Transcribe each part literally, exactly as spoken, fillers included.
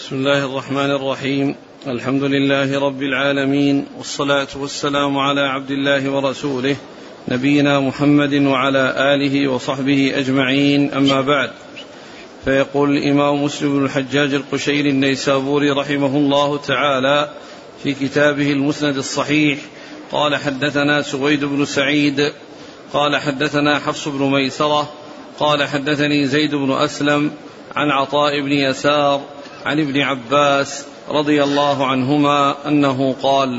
بسم الله الرحمن الرحيم. الحمد لله رب العالمين، والصلاة والسلام على عبد الله ورسوله نبينا محمد وعلى آله وصحبه أجمعين، أما بعد. فيقول الإمام مسلم بن الحجاج القشيري النيسابوري رحمه الله تعالى في كتابه المسند الصحيح: قال حدثنا سويد بن سعيد قال حدثنا حفص بن ميسرة قال حدثني زيد بن أسلم عن عطاء بن يسار عن ابن عباس رضي الله عنهما أنه قال: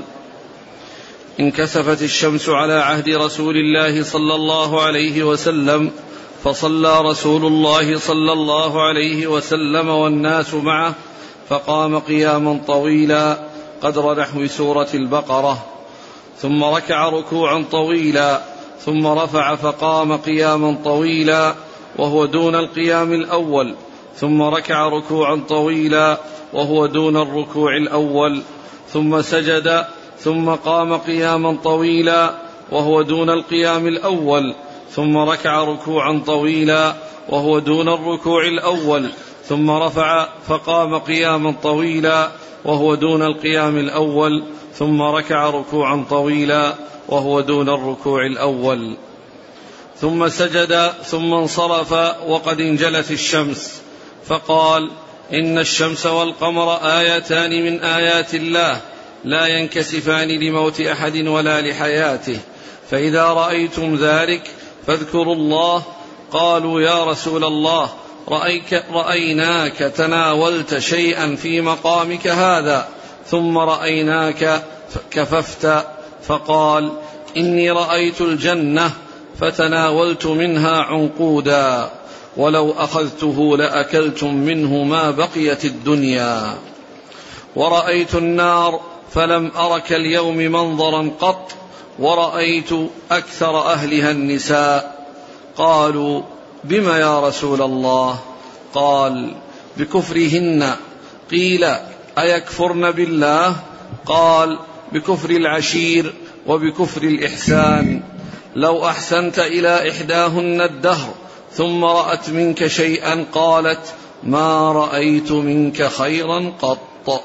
انكسفت الشمس على عهد رسول الله صلى الله عليه وسلم، فصلى رسول الله صلى الله عليه وسلم والناس معه، فقام قياما طويلا قدر نحو سورة البقرة، ثم ركع ركوعا طويلا، ثم رفع فقام قياما طويلا وهو دون القيام الأول، ثم ركع ركوعا طويلا وهو دون الركوع الأول، ثم سجد، ثم قام قياما طويلا وهو دون القيام الأول، ثم ركع ركوعا طويلا وهو دون الركوع الأول، ثم رفع فقام قياما طويلا وهو دون القيام الأول، ثم ركع ركوعا طويلا وهو دون الركوع الأول، ثم سجد، ثم انصرف وقد انجلت الشمس، فقال: إن الشمس والقمر آيتان من آيات الله لا ينكسفان لموت أحد ولا لحياته، فإذا رأيتم ذلك فاذكروا الله. قالوا: يا رسول الله، رأيك رأيناك تناولت شيئا في مقامك هذا، ثم رأيناك كففت. فقال: إني رأيت الجنة فتناولت منها عنقودا، ولو أخذته لأكلتم منه ما بقيت الدنيا، ورأيت النار فلم أرك اليوم منظرا قط، ورأيت أكثر أهلها النساء. قالوا: بما يا رسول الله؟ قال: بكفرهن. قيل: أيكفرن بالله؟ قال: بكفر العشير وبكفر الإحسان. لو أحسنت إلى إحداهن الدهر ثم رأت منك شيئا قالت: ما رأيت منك خيرا قط.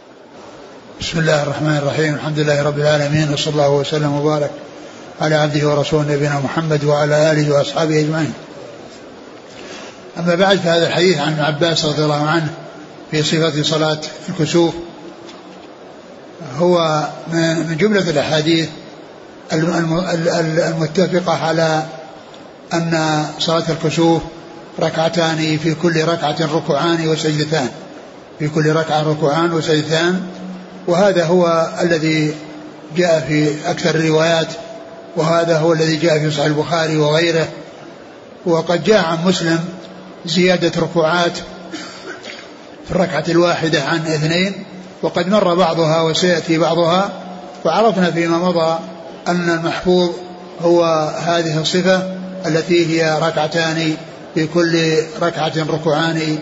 بسم الله الرحمن الرحيم. الحمد لله رب العالمين، وصلى الله وسلم وبارك على عبده ورسوله نبينا محمد وعلى آله وأصحابه أجمعين. أما بعد، فهذا الحديث عن ابن عباس رضي الله عنه في صفة صلاة الكسوف هو من جملة الأحاديث المتفقة على أن صلاة الكسوف ركعتان، في كل ركعة ركوعان وسجدتان، في كل ركعة ركوعان وسجدتان، وهذا هو الذي جاء في أكثر الروايات، وهذا هو الذي جاء في صحيح البخاري وغيره. وقد جاء عن مسلم زيادة ركوعات في الركعة الواحدة عن اثنين، وقد مر بعضها وسيأتي بعضها، وعرفنا فيما مضى أن المحفوظ هو هذه الصفة التي هي ركعتان في كل ركعة ركوعان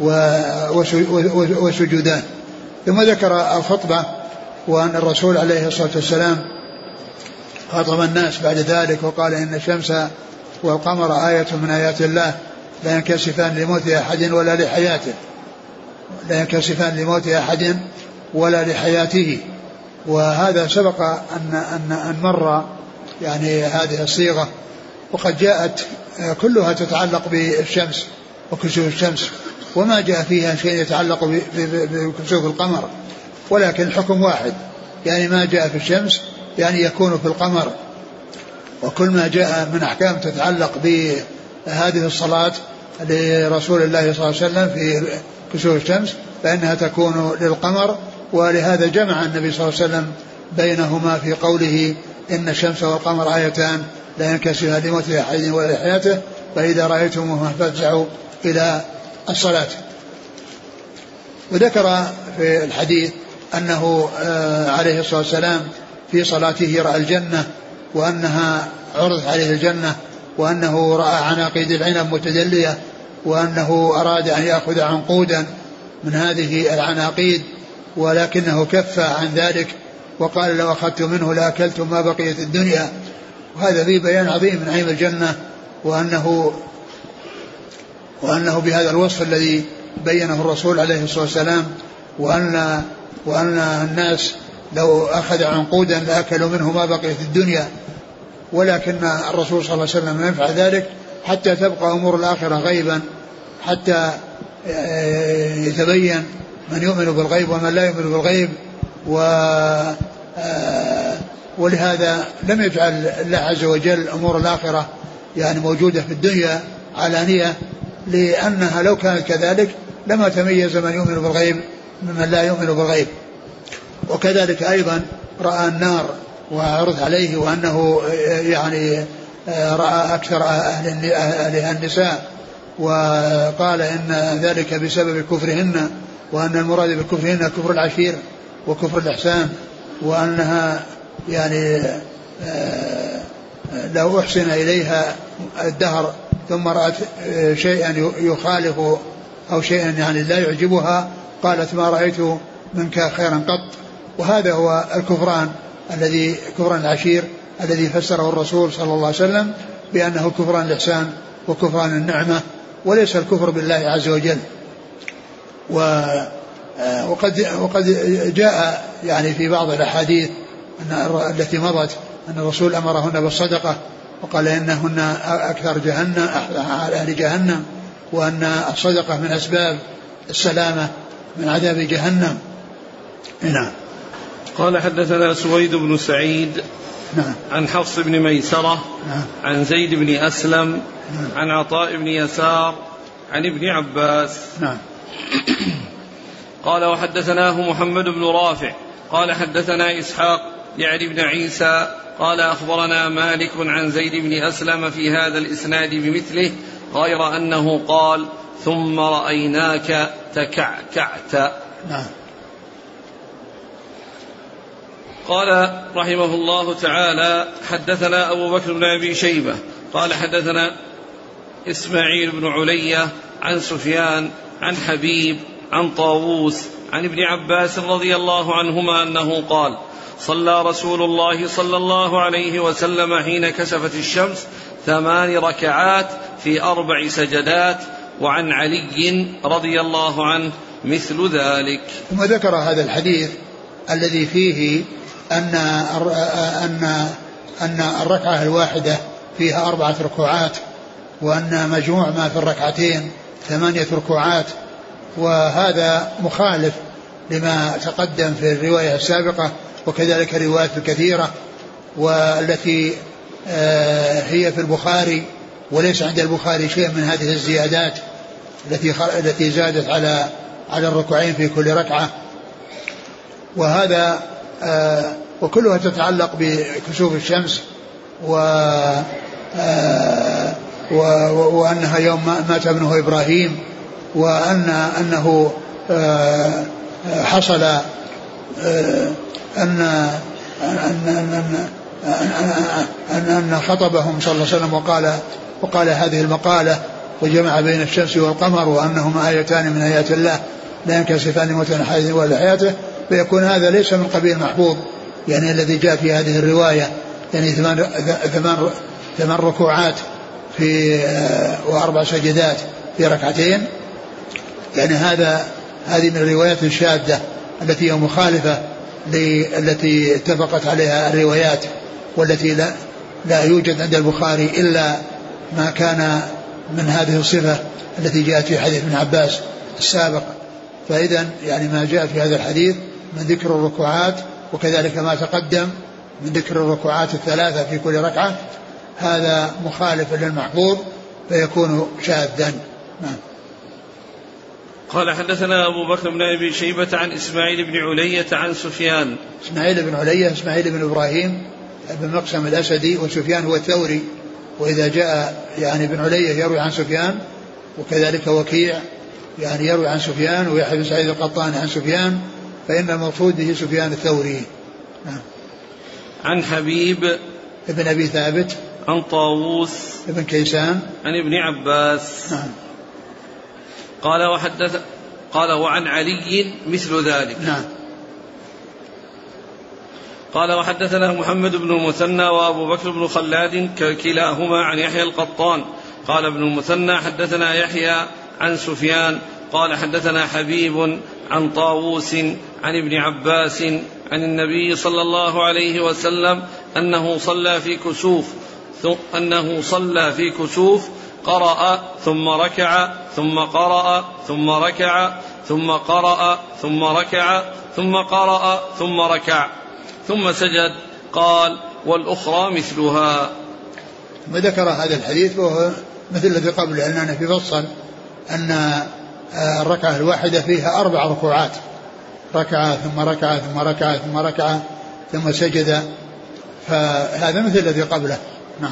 وسجودان. ثم ذكر الخطبة، وأن الرسول عليه الصلاة والسلام خاطب الناس بعد ذلك وقال: إن الشمس والقمر آية من آيات الله لا ينكسفان لموت أحد ولا لحياته، لا ينكسفان لموت أحد ولا لحياته. وهذا سبق أن, أن, أن مر يعني هذه الصيغة، وقد جاءت كلها تتعلق بالشمس وكسوف الشمس، وما جاء فيها شيء يتعلق بكسوف القمر، ولكن الحكم واحد، يعني ما جاء في الشمس يعني يكون في القمر. وكل ما جاء من أحكام تتعلق بهذه الصلاة لرسول الله صلى الله عليه وسلم في كسوف الشمس فإنها تكون للقمر. ولهذا جمع النبي صلى الله عليه وسلم بينهما في قوله: إن الشمس والقمر آيتان لا ينكسفان لموت أحد ولا لحياته، فإذا رأيتموهما فافزعوا إلى الصلاة. وذكر في الحديث أنه عليه الصلاة والسلام في صلاته رأى الجنة، وأنها عرضت عليه الجنة، وأنه رأى عناقيد العنب متدلية، وأنه أراد أن يأخذ عنقودا من هذه العناقيد، ولكنه كف عن ذلك وقال: لو أخذت منه لأكلتم ما بقيت الدنيا. وهذا فيه بيان عظيم من نعيم الجنة، وأنه وأنه بهذا الوصف الذي بينه الرسول عليه الصلاة والسلام، وأن, وأن الناس لو أخذ عنقودا لأكلوا منه ما بقي في الدنيا، ولكن الرسول صلى الله عليه وسلم لم يفعل ذلك حتى تبقى أمور الآخرة غيبا، حتى يتبين من يؤمن بالغيب ومن لا يؤمن بالغيب. و ولهذا لم يجعل الله عز وجل أمور الآخرة يعني موجودة في الدنيا علانية، لأنها لو كانت كذلك لما تميز من يؤمن بالغيب ممن لا يؤمن بالغيب. وكذلك أيضا رأى النار وعرض عليه، وأنه يعني رأى أكثر أهلها النساء، وقال إن ذلك بسبب كفرهن، وأن المراد بكفرهن كفر العشير وكفر الإحسان، وأنها يعني لو أحسن إليها الدهر ثم رأت شيئا يخالف أو شيئا يعني لا يعجبها قالت ما رأيت منك خيرا قط. وهذا هو الكفران الذي كفران العشير الذي فسره الرسول صلى الله عليه وسلم بأنه كفران الإحسان وكفران النعمة، وليس الكفر بالله عز وجل. وقد وقد جاء يعني في بعض الأحاديث التي مضت أن الرسول أمرهن بالصدقة، وقال إنهن أكثر جهنم أهل جهنم، وأن الصدقة من أسباب السلامة من عذاب جهنم. نعم. قال حدثنا سويد بن سعيد نعم. عن حفص بن ميسرة نعم. عن زيد بن أسلم نعم. عن عطاء بن يسار عن ابن عباس. نعم. قال وحدثناه محمد بن رافع قال حدثنا إسحاق يعني بن عيسى قال أخبرنا مالك عن زيد بن أسلم في هذا الإسناد بمثله، غير أنه قال ثم رأيناك تكعكعت. نعم. قال رحمه الله تعالى حدثنا أبو بكر بن أبي شيبة قال حدثنا إسماعيل بن علية عن سفيان عن حبيب عن طاووس عن ابن عباس رضي الله عنهما أنه قال صلى رسول الله صلى الله عليه وسلم حين كسفت الشمس ثمان ركعات في أربع سجدات، وعن علي رضي الله عنه مثل ذلك. ثم ذكر هذا الحديث الذي فيه أن أن أن الركعة الواحدة فيها أربعة ركوعات، وأن مجموع ما في الركعتين ثمانية ركوعات، وهذا مخالف لما تقدم في الرواية السابقة، وكذلك الروايات الكثيرة والتي هي في البخاري، وليس عند البخاري شيء من هذه الزيادات التي التي زادت على على الركوعين في كل ركعة. وهذا وكلها تتعلق بكسوف الشمس، و وأنها يوم مات ابنه إبراهيم، وأن أنه حصل أن أن أن أن خطبهم صلى الله عليه وسلم وقال وقال هذه المقالة وجمع بين الشمس والقمر وأنهما آيتان من آيات الله لا ينكسفان موت أحد ولا حياته، فيكون هذا ليس من قبيل محفوظ يعني الذي جاء في هذه الرواية، يعني ثمان ثمان ثمان ركوعات في وأربع سجدات في ركعتين، يعني هذا هذه من الروايات الشاذة التي هي مخالفة التي اتفقت عليها الروايات، والتي لا, لا يوجد عند البخاري إلا ما كان من هذه الصفة التي جاءت في حديث ابن عباس السابق. فإذا يعني ما جاء في هذا الحديث من ذكر الركوعات وكذلك ما تقدم من ذكر الركوعات الثلاثة في كل ركعة هذا مخالف للمحفوظ فيكون شاذا. نعم. قال حدثنا أبو بكر بن أبي شيبة عن إسماعيل بن علية عن سفيان. إسماعيل بن علية إسماعيل بن إبراهيم بن مقسم الأسدي، وسفيان هو الثوري، وإذا جاء يعني بن علية يروي عن سفيان، وكذلك وكيع يعني يروي عن سفيان، ويحيى بن سعيد القطان عن سفيان، فإن المقصود به سفيان الثوري. نعم. عن حبيب ابن أبي ثابت عن طاووس ابن كيسان عن ابن عباس. نعم. قال وحدث قال وعن علي مثل ذلك. نعم. قال وحدثنا محمد بن المثنى وأبو بكر بن خلاد كلاهما عن يحيى القطان. قال ابن المثنى حدثنا يحيى عن سفيان قال حدثنا حبيب عن طاووس عن ابن عباس عن النبي صلى الله عليه وسلم أنه صلى في كسوف أنه صلى في كسوف قرأ ثم ركع ثم قرأ ثم ركع ثم قرأ ثم ركع ثم قرأ ثم ركع ثم سجد. قال والأخرى مثلها. وذكر هذا الحديث وهو مثل الذي قبل، لأننا في فصل أن الركعة الواحدة فيها أربع ركوعات، ركعة ثم ركعة ثم ركعة ثم ركعة ثم سجد، فهذا مثل الذي قبله. نعم.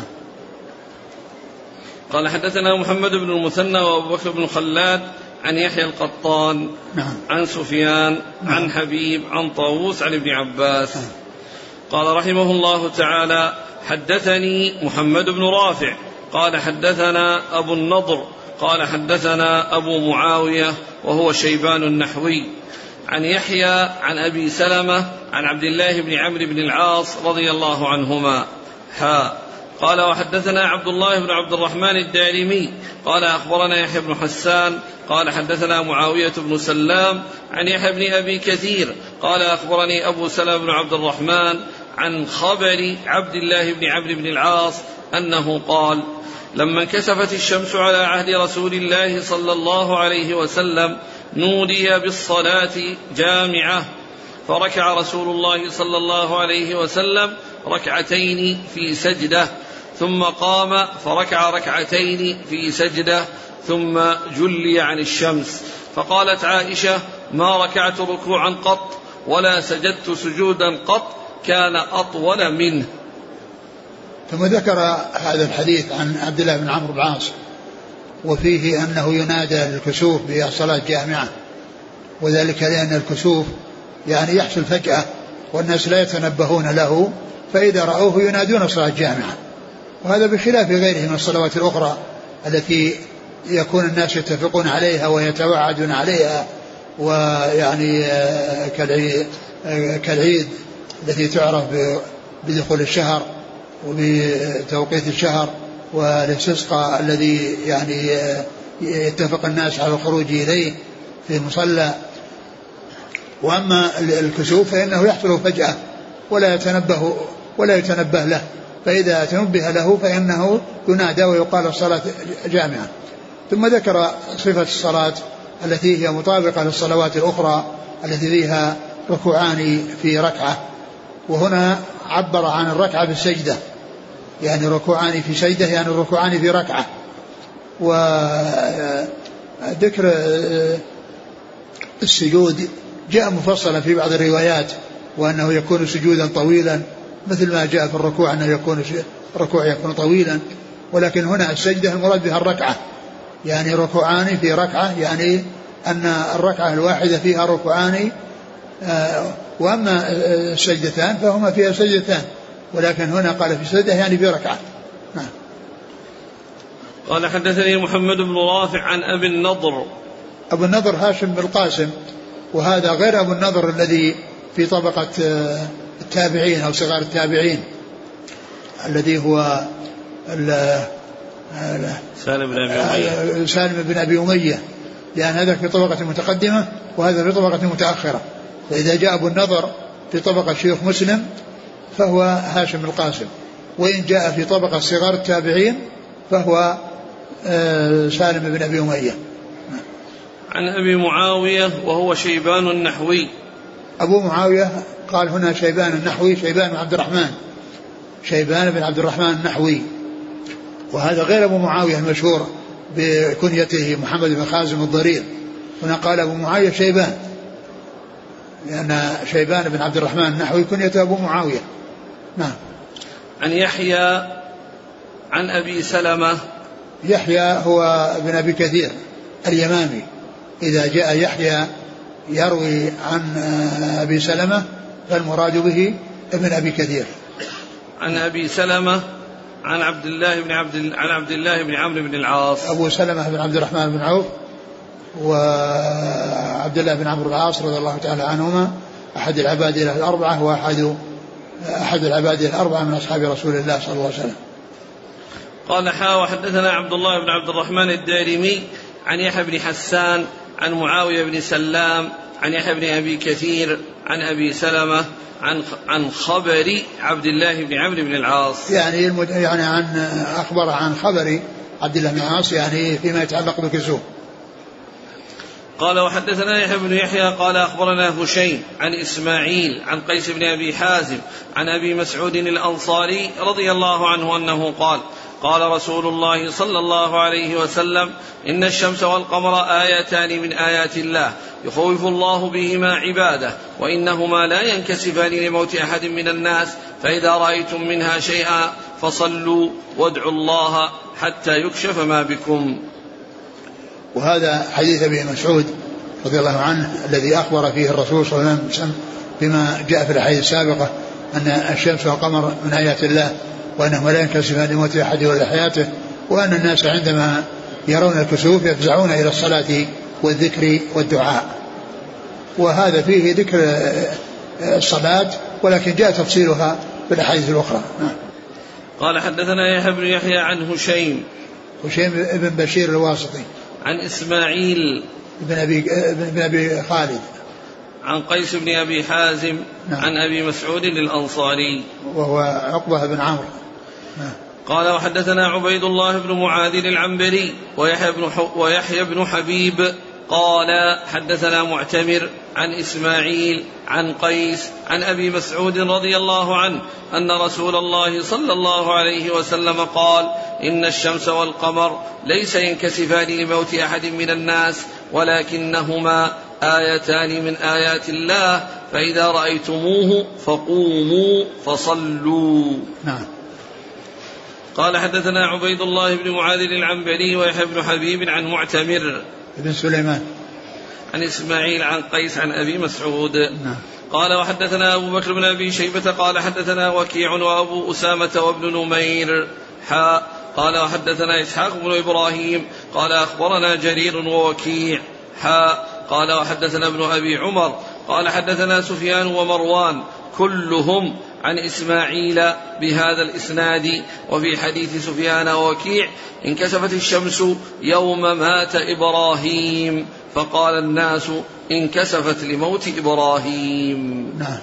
قال حدثنا محمد بن المثنى وأبو بكر بن خلاد عن يحيى القطان نعم. عن سفيان نعم. عن حبيب عن طاووس عن ابن عباس نعم. قال رحمه الله تعالى حدثني محمد بن رافع قال حدثنا أبو النضر قال حدثنا أبو معاوية وهو شيبان النحوي عن يحيى عن أبي سلمة عن عبد الله بن عمرو بن العاص رضي الله عنهما. ها قال وحدثنا عبد الله بن عبد الرحمن الدارمي قال أخبرنا يحيى بن حسان قال حدثنا معاوية بن سلام عن يحيى بن أبي كثير قال أخبرني أبو سلمة بن عبد الرحمن عن خبر عبد الله بن عمرو بن العاص أنه قال لما انكسفت الشمس على عهد رسول الله صلى الله عليه وسلم نودي بالصلاة جامعة، فركع رسول الله صلى الله عليه وسلم ركعتين في سجدة ثم قام فركع ركعتين في سجدة ثم جلي عن الشمس. فقالت عائشة ما ركعت ركوعا قط ولا سجدت سجودا قط كان أطول منه. ثم ذكر هذا الحديث عن عبد الله بن عمرو بن العاص وفيه أنه ينادى للكسوف بالصلاة جامعة، وذلك لأن الكسوف يعني يحصل فجأة والناس لا يتنبهون له، فإذا رأوه ينادون صلاة جامعة، وهذا بخلاف غيره من الصلوات الأخرى التي يكون الناس يتفقون عليها ويتوعدون عليها، ويعني كالعيد التي تعرف بدخول الشهر وبتوقيت الشهر، والاستسقاء الذي يعني يتفق الناس على الخروج إليه في المصلى. وأما الكسوف فإنه يحصل فجأة ولا يتنبه ولا يتنبه له، فإذا تنبه له فإنه ينادى ويقال الصلاة جامعة. ثم ذكر صفة الصلاة التي هي مطابقة للصلوات الأخرى التي فيها ركوعان في ركعة، وهنا عبر عن الركعة بالسجدة، يعني ركوعان في سجدة يعني ركوعان في ركعة. وذكر السجود جاء مفصلا في بعض الروايات، وأنه يكون سجودا طويلا مثل ما جاء في الركوع أنه يكون الركوع يكون طويلا، ولكن هنا السجدة المراد بها الركعة، يعني ركوعان في ركعة، يعني أن الركعة الواحدة فيها ركوعان، وأما السجدتان فهما فيها سجدتان، ولكن هنا قال في سجدة يعني في ركعة. نعم. قال حدثني محمد بن رافع عن أبي النضر. أبو النضر هاشم بن القاسم، وهذا غير أبو النضر الذي في طبقة التابعين أو صغار التابعين الذي هو سالم بن أبي أمية سالم بن أبي أمية، لأن هذا في طبقة متقدمة وهذا في طبقة متأخرة، فإذا جاء أبو النضر في طبقة شيوخ مسلم فهو هاشم بن القاسم، وإن جاء في طبقة صغار التابعين فهو سالم بن أبي أمية. عن أبي معاوية وهو شيبان النحوي. أبو معاوية قال هنا شيبان النحوي، شيبان بن عبد الرحمن، شيبان بن عبد الرحمن النحوي، وهذا غير أبو معاوية المشهور بكنيته محمد بن خازم الضرير. هنا قال أبو معاوية شيبان، لأن شيبان بن عبد الرحمن النحوي كنيته أبو معاوية. نعم. عن يحيى عن أبي سلمة. يحيى هو ابن أبي كثير اليمامي، إذا جاء يحيى يروي عن أبي سلمة فالمراد به ابن أبي كثير. عن أبي سلمة عن عبد الله بن عبد عن عبد الله بن عمرو بن العاص. أبو سلمة بن عبد الرحمن بن عوف وعبد الله بن عمرو بن العاص رضي الله تعالى عنهما، أحد العباد الأربعة وأحد أحد العباد الأربعة من أصحاب رسول الله صلى الله عليه وسلم. قال حا وحدثنا عبد الله بن عبد الرحمن الدارمي عن يحيى بن حسان عن معاوية بن سلام عن يحيى بن أبي كثير عن أبي سلمة عن عن خبر عبد الله بن عمرو بن العاص. يعني المد... يعني عن أخبر عن خبر عبد الله بن العاص يعني فيما يتعلق بالكسوف. قال وحدثنا يحيى بن يحيى قال أخبرنا هشيم عن إسماعيل عن قيس بن أبي حازم عن أبي مسعود الأنصاري رضي الله عنه أنه قال قال رسول الله صلى الله عليه وسلم إن الشمس والقمر آيتان من آيات الله يخوف الله بهما عباده وإنهما لا ينكسفان لموت أحد من الناس فإذا رأيتم منها شيئا فصلوا وادعوا الله حتى يكشف ما بكم. وهذا حديث ابي مسعود رضي الله عنه الذي أخبر فيه الرسول صلى الله عليه وسلم بما جاء في الحديث السابقة أن الشمس والقمر من آيات الله وأنهما لا ينكسفان لموت أحد ولا حياته وأن الناس عندما يرون الكسوف يفزعون إلى الصلاة والذكر والدعاء. وهذا فيه ذكر الصلاة ولكن جاء تفصيلها في الأحاديث الأخرى. قال حدثنا يحيى بن يحيى عن هشيم هشيم بن بشير الواسطي عن إسماعيل بن أبي, بن أبي خالد عن قيس بن أبي حازم نعم. عن أبي مسعود الأنصاري وهو عقبة بن عمرو نعم. قال وحدثنا عبيد الله بن معاذ العنبري ويحيى بن, ويحيى بن حبيب قال حدثنا معتمر عن إسماعيل عن قيس عن أبي مسعود رضي الله عنه أن رسول الله صلى الله عليه وسلم قال إن الشمس والقمر ليس ينكسفان لموت أحد من الناس ولكنهما آيتان من آيات الله فإذا رأيتموه فقوموا فصلوا. نعم. قال حدثنا عبيد الله بن معاذ العنبري ويحيى بن حبيب عن معتمر بن سليمان عن إسماعيل عن قيس عن أبي مسعود. نعم. قال وحدثنا أبو بكر بن أبي شيبة قال حدثنا وكيع وأبو أسامة وابن نمير حاء قال وحدثنا إسحاق بن إبراهيم قال أخبرنا جرير ووكيع حاء قال وحدثنا ابن أبي عمر قال حدثنا سفيان ومروان كلهم عن إسماعيل بهذا الإسناد. وفي حديث سفيان ووكيع انكسفت الشمس يوم مات إبراهيم فقال الناس انكسفت لموت إبراهيم. نعم.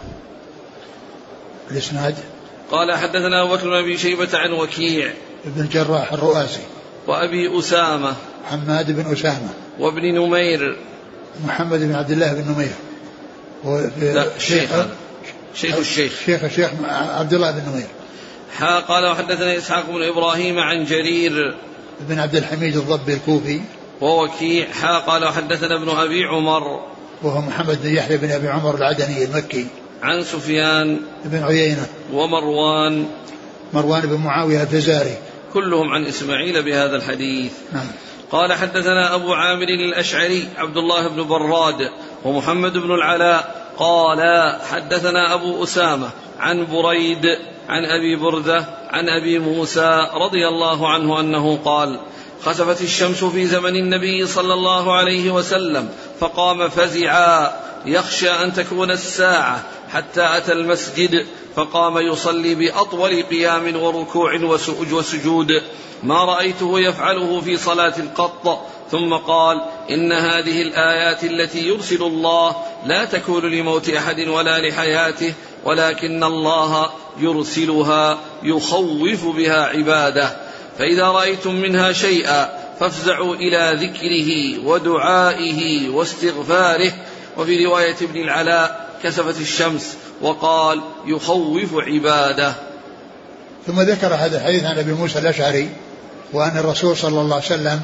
الإسناد قال حدثنا أبو بكر بن أبي شيبة عن وكيع ابن الجراح الرؤاسي وأبي أسامة حماد بن أسامة وابن نمير محمد بن عبد الله بن نمير لا شيخ شيخ الشيخ شيخ الشيخ عبد الله بن نمير. حا قال وحدثنا إسحاق بن إبراهيم عن جرير بن عبد الحميد الضبي الكوفي ووكيع حا قال وحدثنا ابن أبي عمر وهو محمد بن يحيى بن أبي عمر العدني المكي عن سفيان بن عيينة ومروان مروان بن معاوية الفزاري كلهم عن إسماعيل بهذا الحديث. نعم. قال حدثنا أبو عامر الأشعري عبد الله بن براد ومحمد بن العلاء قال حدثنا أبو أسامة عن بريد عن أبي بردة عن أبي موسى رضي الله عنه أنه قال خسفت الشمس في زمن النبي صلى الله عليه وسلم فقام فزعا يخشى أن تكون الساعة حتى أتى المسجد فقام يصلي بأطول قيام وركوع وسجود ما رأيته يفعله في صلاة قط ثم قال إن هذه الآيات التي يرسل الله لا تكون لموت أحد ولا لحياته ولكن الله يرسلها يخوف بها عباده فإذا رأيتم منها شيئا فافزعوا إلى ذكره ودعائه واستغفاره. وفي رواية ابن العلاء كسفت الشمس وقال يخوف عباده. ثم ذكر هذا الحديث عن أبي موسى الأشعري وأن الرسول صلى الله عليه وسلم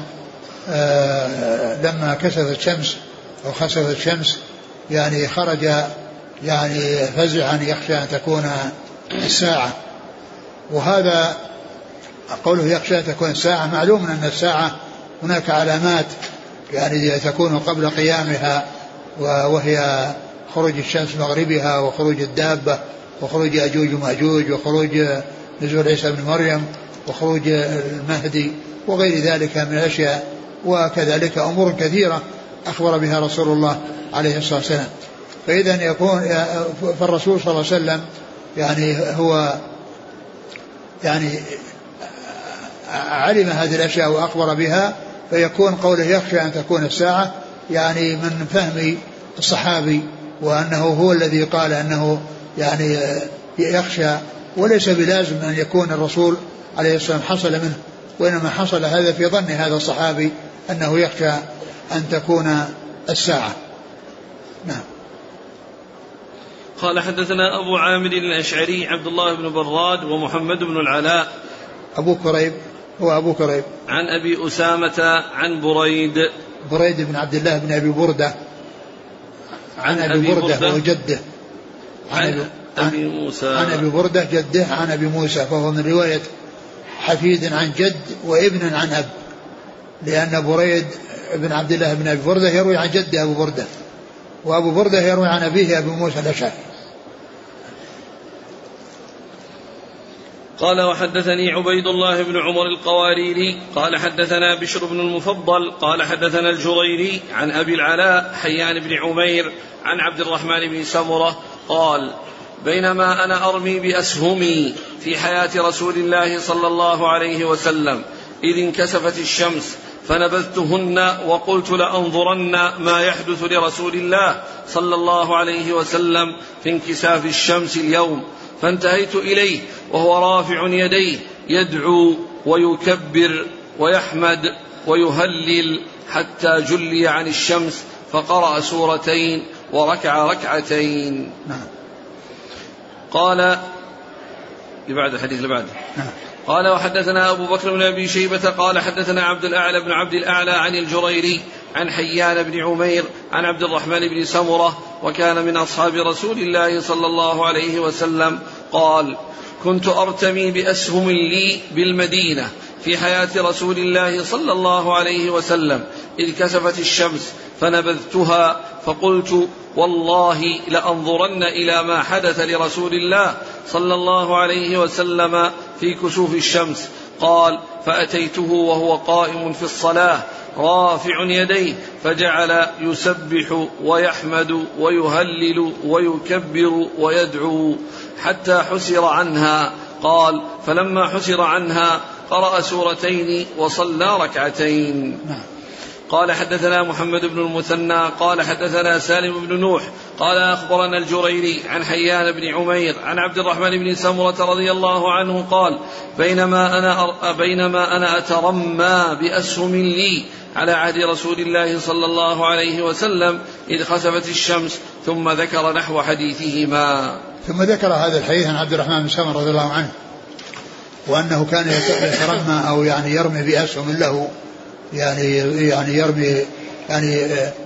آه لما كسفت الشمس أو خسفت الشمس يعني خرج يعني فزعا يخشى أن تكون الساعة. وهذا قوله يخشى أن تكون الساعة معلوم أن الساعة هناك علامات يعني تكون قبل قيامها وهي خروج الشمس مغربها وخروج الدابة وخروج يأجوج ومأجوج وخروج نزول عيسى بن مريم وخروج المهدي وغير ذلك من الأشياء وكذلك أمور كثيرة أخبر بها رسول الله عليه الصلاة والسلام. فإذا يكون فالرسول صلى الله عليه وسلم يعني هو يعني علم هذه الأشياء وأخبر بها فيكون قوله يخشى أن تكون الساعة يعني من فهم الصحابي، وأنه هو الذي قال أنه يعني يخشى، وليس بلازم أن يكون الرسول عليه الصلاة والسلام حصل منه، وإنما حصل هذا في ظن هذا الصحابي أنه يخشى أن تكون الساعة. نعم. قال حدثنا أبو عامر الأشعري عبد الله بن براد ومحمد بن العلاء. أبو كريب هو أبو كريب. عن أبي أسامة عن بريد بريد بن عبد الله بن أبي بردة عن, عن أبي بردة, بردة وجده عن, عن أبي موسى عن أبي بردة جده عن أبي موسى، فهو من رواية حفيد عن جد وابن عن أب، لأن بريد بن عبد الله بن أبي بردة يروي عن جده أبو بردة، وأبو بردة يروي عن أبيه أبي موسى الأشعري. قال وحدثني عبيد الله بن عمر القواريري قال حدثنا بشر بن المفضل قال حدثنا الجريري عن أبي العلاء حيان بن عمير عن عبد الرحمن بن سمرة قال بينما أنا أرمي بأسهمي في حياة رسول الله صلى الله عليه وسلم إذ انكسفت الشمس فنبذتهن وقلت لأنظرن ما يحدث لرسول الله صلى الله عليه وسلم في انكساف الشمس اليوم، فانتهيت إليه وهو رافع يديه يدعو ويكبر ويحمد ويهلل حتى جلي عن الشمس، فقرأ سورتين وركع ركعتين. قال لبعد الحديث لبعد قال وحدثنا أبو بكر بن أبي شيبة قال حدثنا عبد الأعلى بن عبد الأعلى عن الجريري عن حيان بن عمير عن عبد الرحمن بن سمرة وكان من أصحاب رسول الله صلى الله عليه وسلم قال كنت أرتمي بأسهم لي بالمدينة في حياة رسول الله صلى الله عليه وسلم إذ كسفت الشمس فنبذتها فقلت والله لأنظرن إلى ما حدث لرسول الله صلى الله عليه وسلم في كسوف الشمس. قال فأتيته وهو قائم في الصلاة رافع يديه فجعل يسبح ويحمد ويهلل ويكبر ويدعو حتى حسر عنها. قال فلما حسر عنها قرأ سورتين وصلى ركعتين. قال حدثنا محمد بن المثنى قال حدثنا سالم بن نوح قال أخبرنا الجريري عن حيان بن عمير عن عبد الرحمن بن سمرة رضي الله عنه قال بينما أنا, بينما أنا أترمى بأسهم لي على عهد رسول الله صلى الله عليه وسلم إذ خسفت الشمس ثم ذكر نحو حديثهما. ثم ذكر هذا الحديث عن عبد الرحمن بن سمرة رضي الله عنه وأنه كان يترمى أو يعني يرمي بأسهم له، يعني يعني يرمي يعني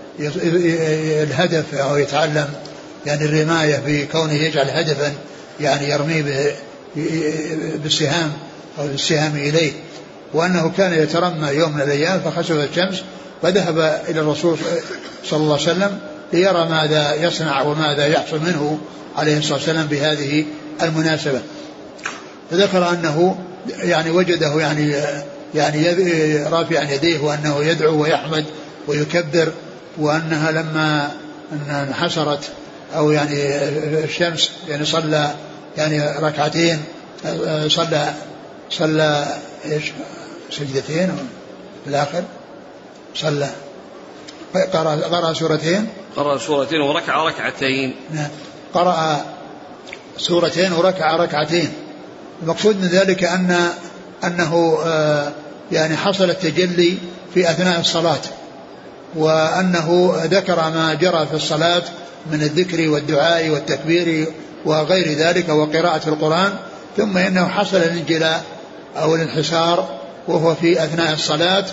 الهدف أو يتعلم يعني الرماية بكونه يجعل هدفا يعني يرمي بالسهام أو بالسهام إليه، وأنه كان يترمى يوم من الأيام فخسفت الشمس فذهب إلى الرسول صلى الله عليه وسلم ليرى ماذا يصنع وماذا يحصل منه عليه الصلاة والسلام بهذه المناسبة. فذكر أنه يعني وجده يعني يعني رافعا يديه وأنه يدعو ويحمد ويكبر، وأنها لما انحسرت أو يعني الشمس يعني صلى يعني ركعتين صلى صلى إيش سجدتين في الآخر صلى قرأ قرأ سورتين قرأ سورتين وركع ركعتين. نعم قرأ سورتين وركع ركعتين. المقصود من ذلك أن أنه يعني حصل التجلي في أثناء الصلاة، وأنه ذكر ما جرى في الصلاة من الذكر والدعاء والتكبير وغير ذلك وقراءة القرآن، ثم إنه حصل الانجلاء أو الانحسار وهو في أثناء الصلاة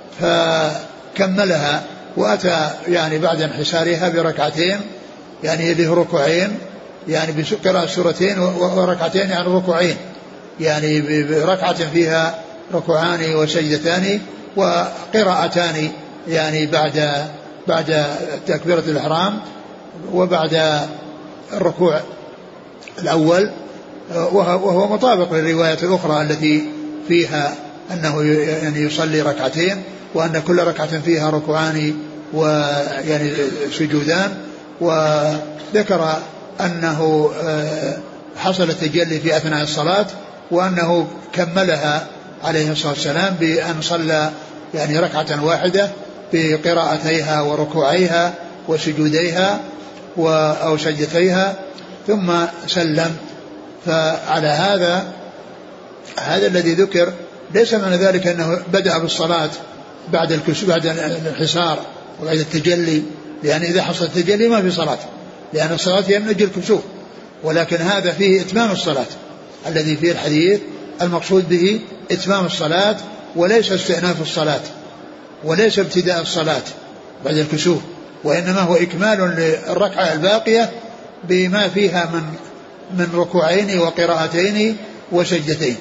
فكملها وأتى يعني بعد انحسارها بركعتين يعني له ركوعين يعني بقراءة سورتين وركعتين يعني ركوعين يعني بركعة فيها ركوعان وسجدتان وقراءتان يعني بعد بعد تكبيرة الإحرام وبعد الركوع الأول، وهو مطابق للرواية الأخرى التي فيها أنه يعني يصلي ركعتين وأن كل ركعة فيها ركوعان ويعني سجودان. وذكر أنه حصل التجلي في أثناء الصلاة وأنه كملها عليه الصلاة والسلام بأن صلى يعني ركعة واحدة بقراءتيها وركوعيها وسجوديها أو سجدتيها ثم سلم. فعلى هذا هذا الذي ذكر ليس معنى ذلك أنه بدأ بالصلاة بعد الكسوف بعد الحصار وبعد التجلي، لأن إذا حصل التجلي ما في صلاة، لأن الصلاة هي من أجل الكسوف، ولكن هذا فيه إتمام الصلاة الذي فيه الحديث المقصود به إتمام الصلاة وليس استئناف الصلاة وليس ابتداء الصلاة بعد الكسوف، وإنما هو إكمال للركعة الباقية بما فيها من من ركوعين وقراءتين وسجدتين.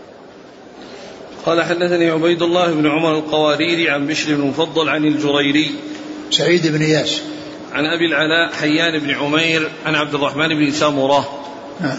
قال حدثني عبيد الله بن عمر القواريري عن بشر بن مفضل عن الجريري سعيد بن إياس عن أبي العلاء حيان بن عمير عن عبد الرحمن بن سامورة. نعم.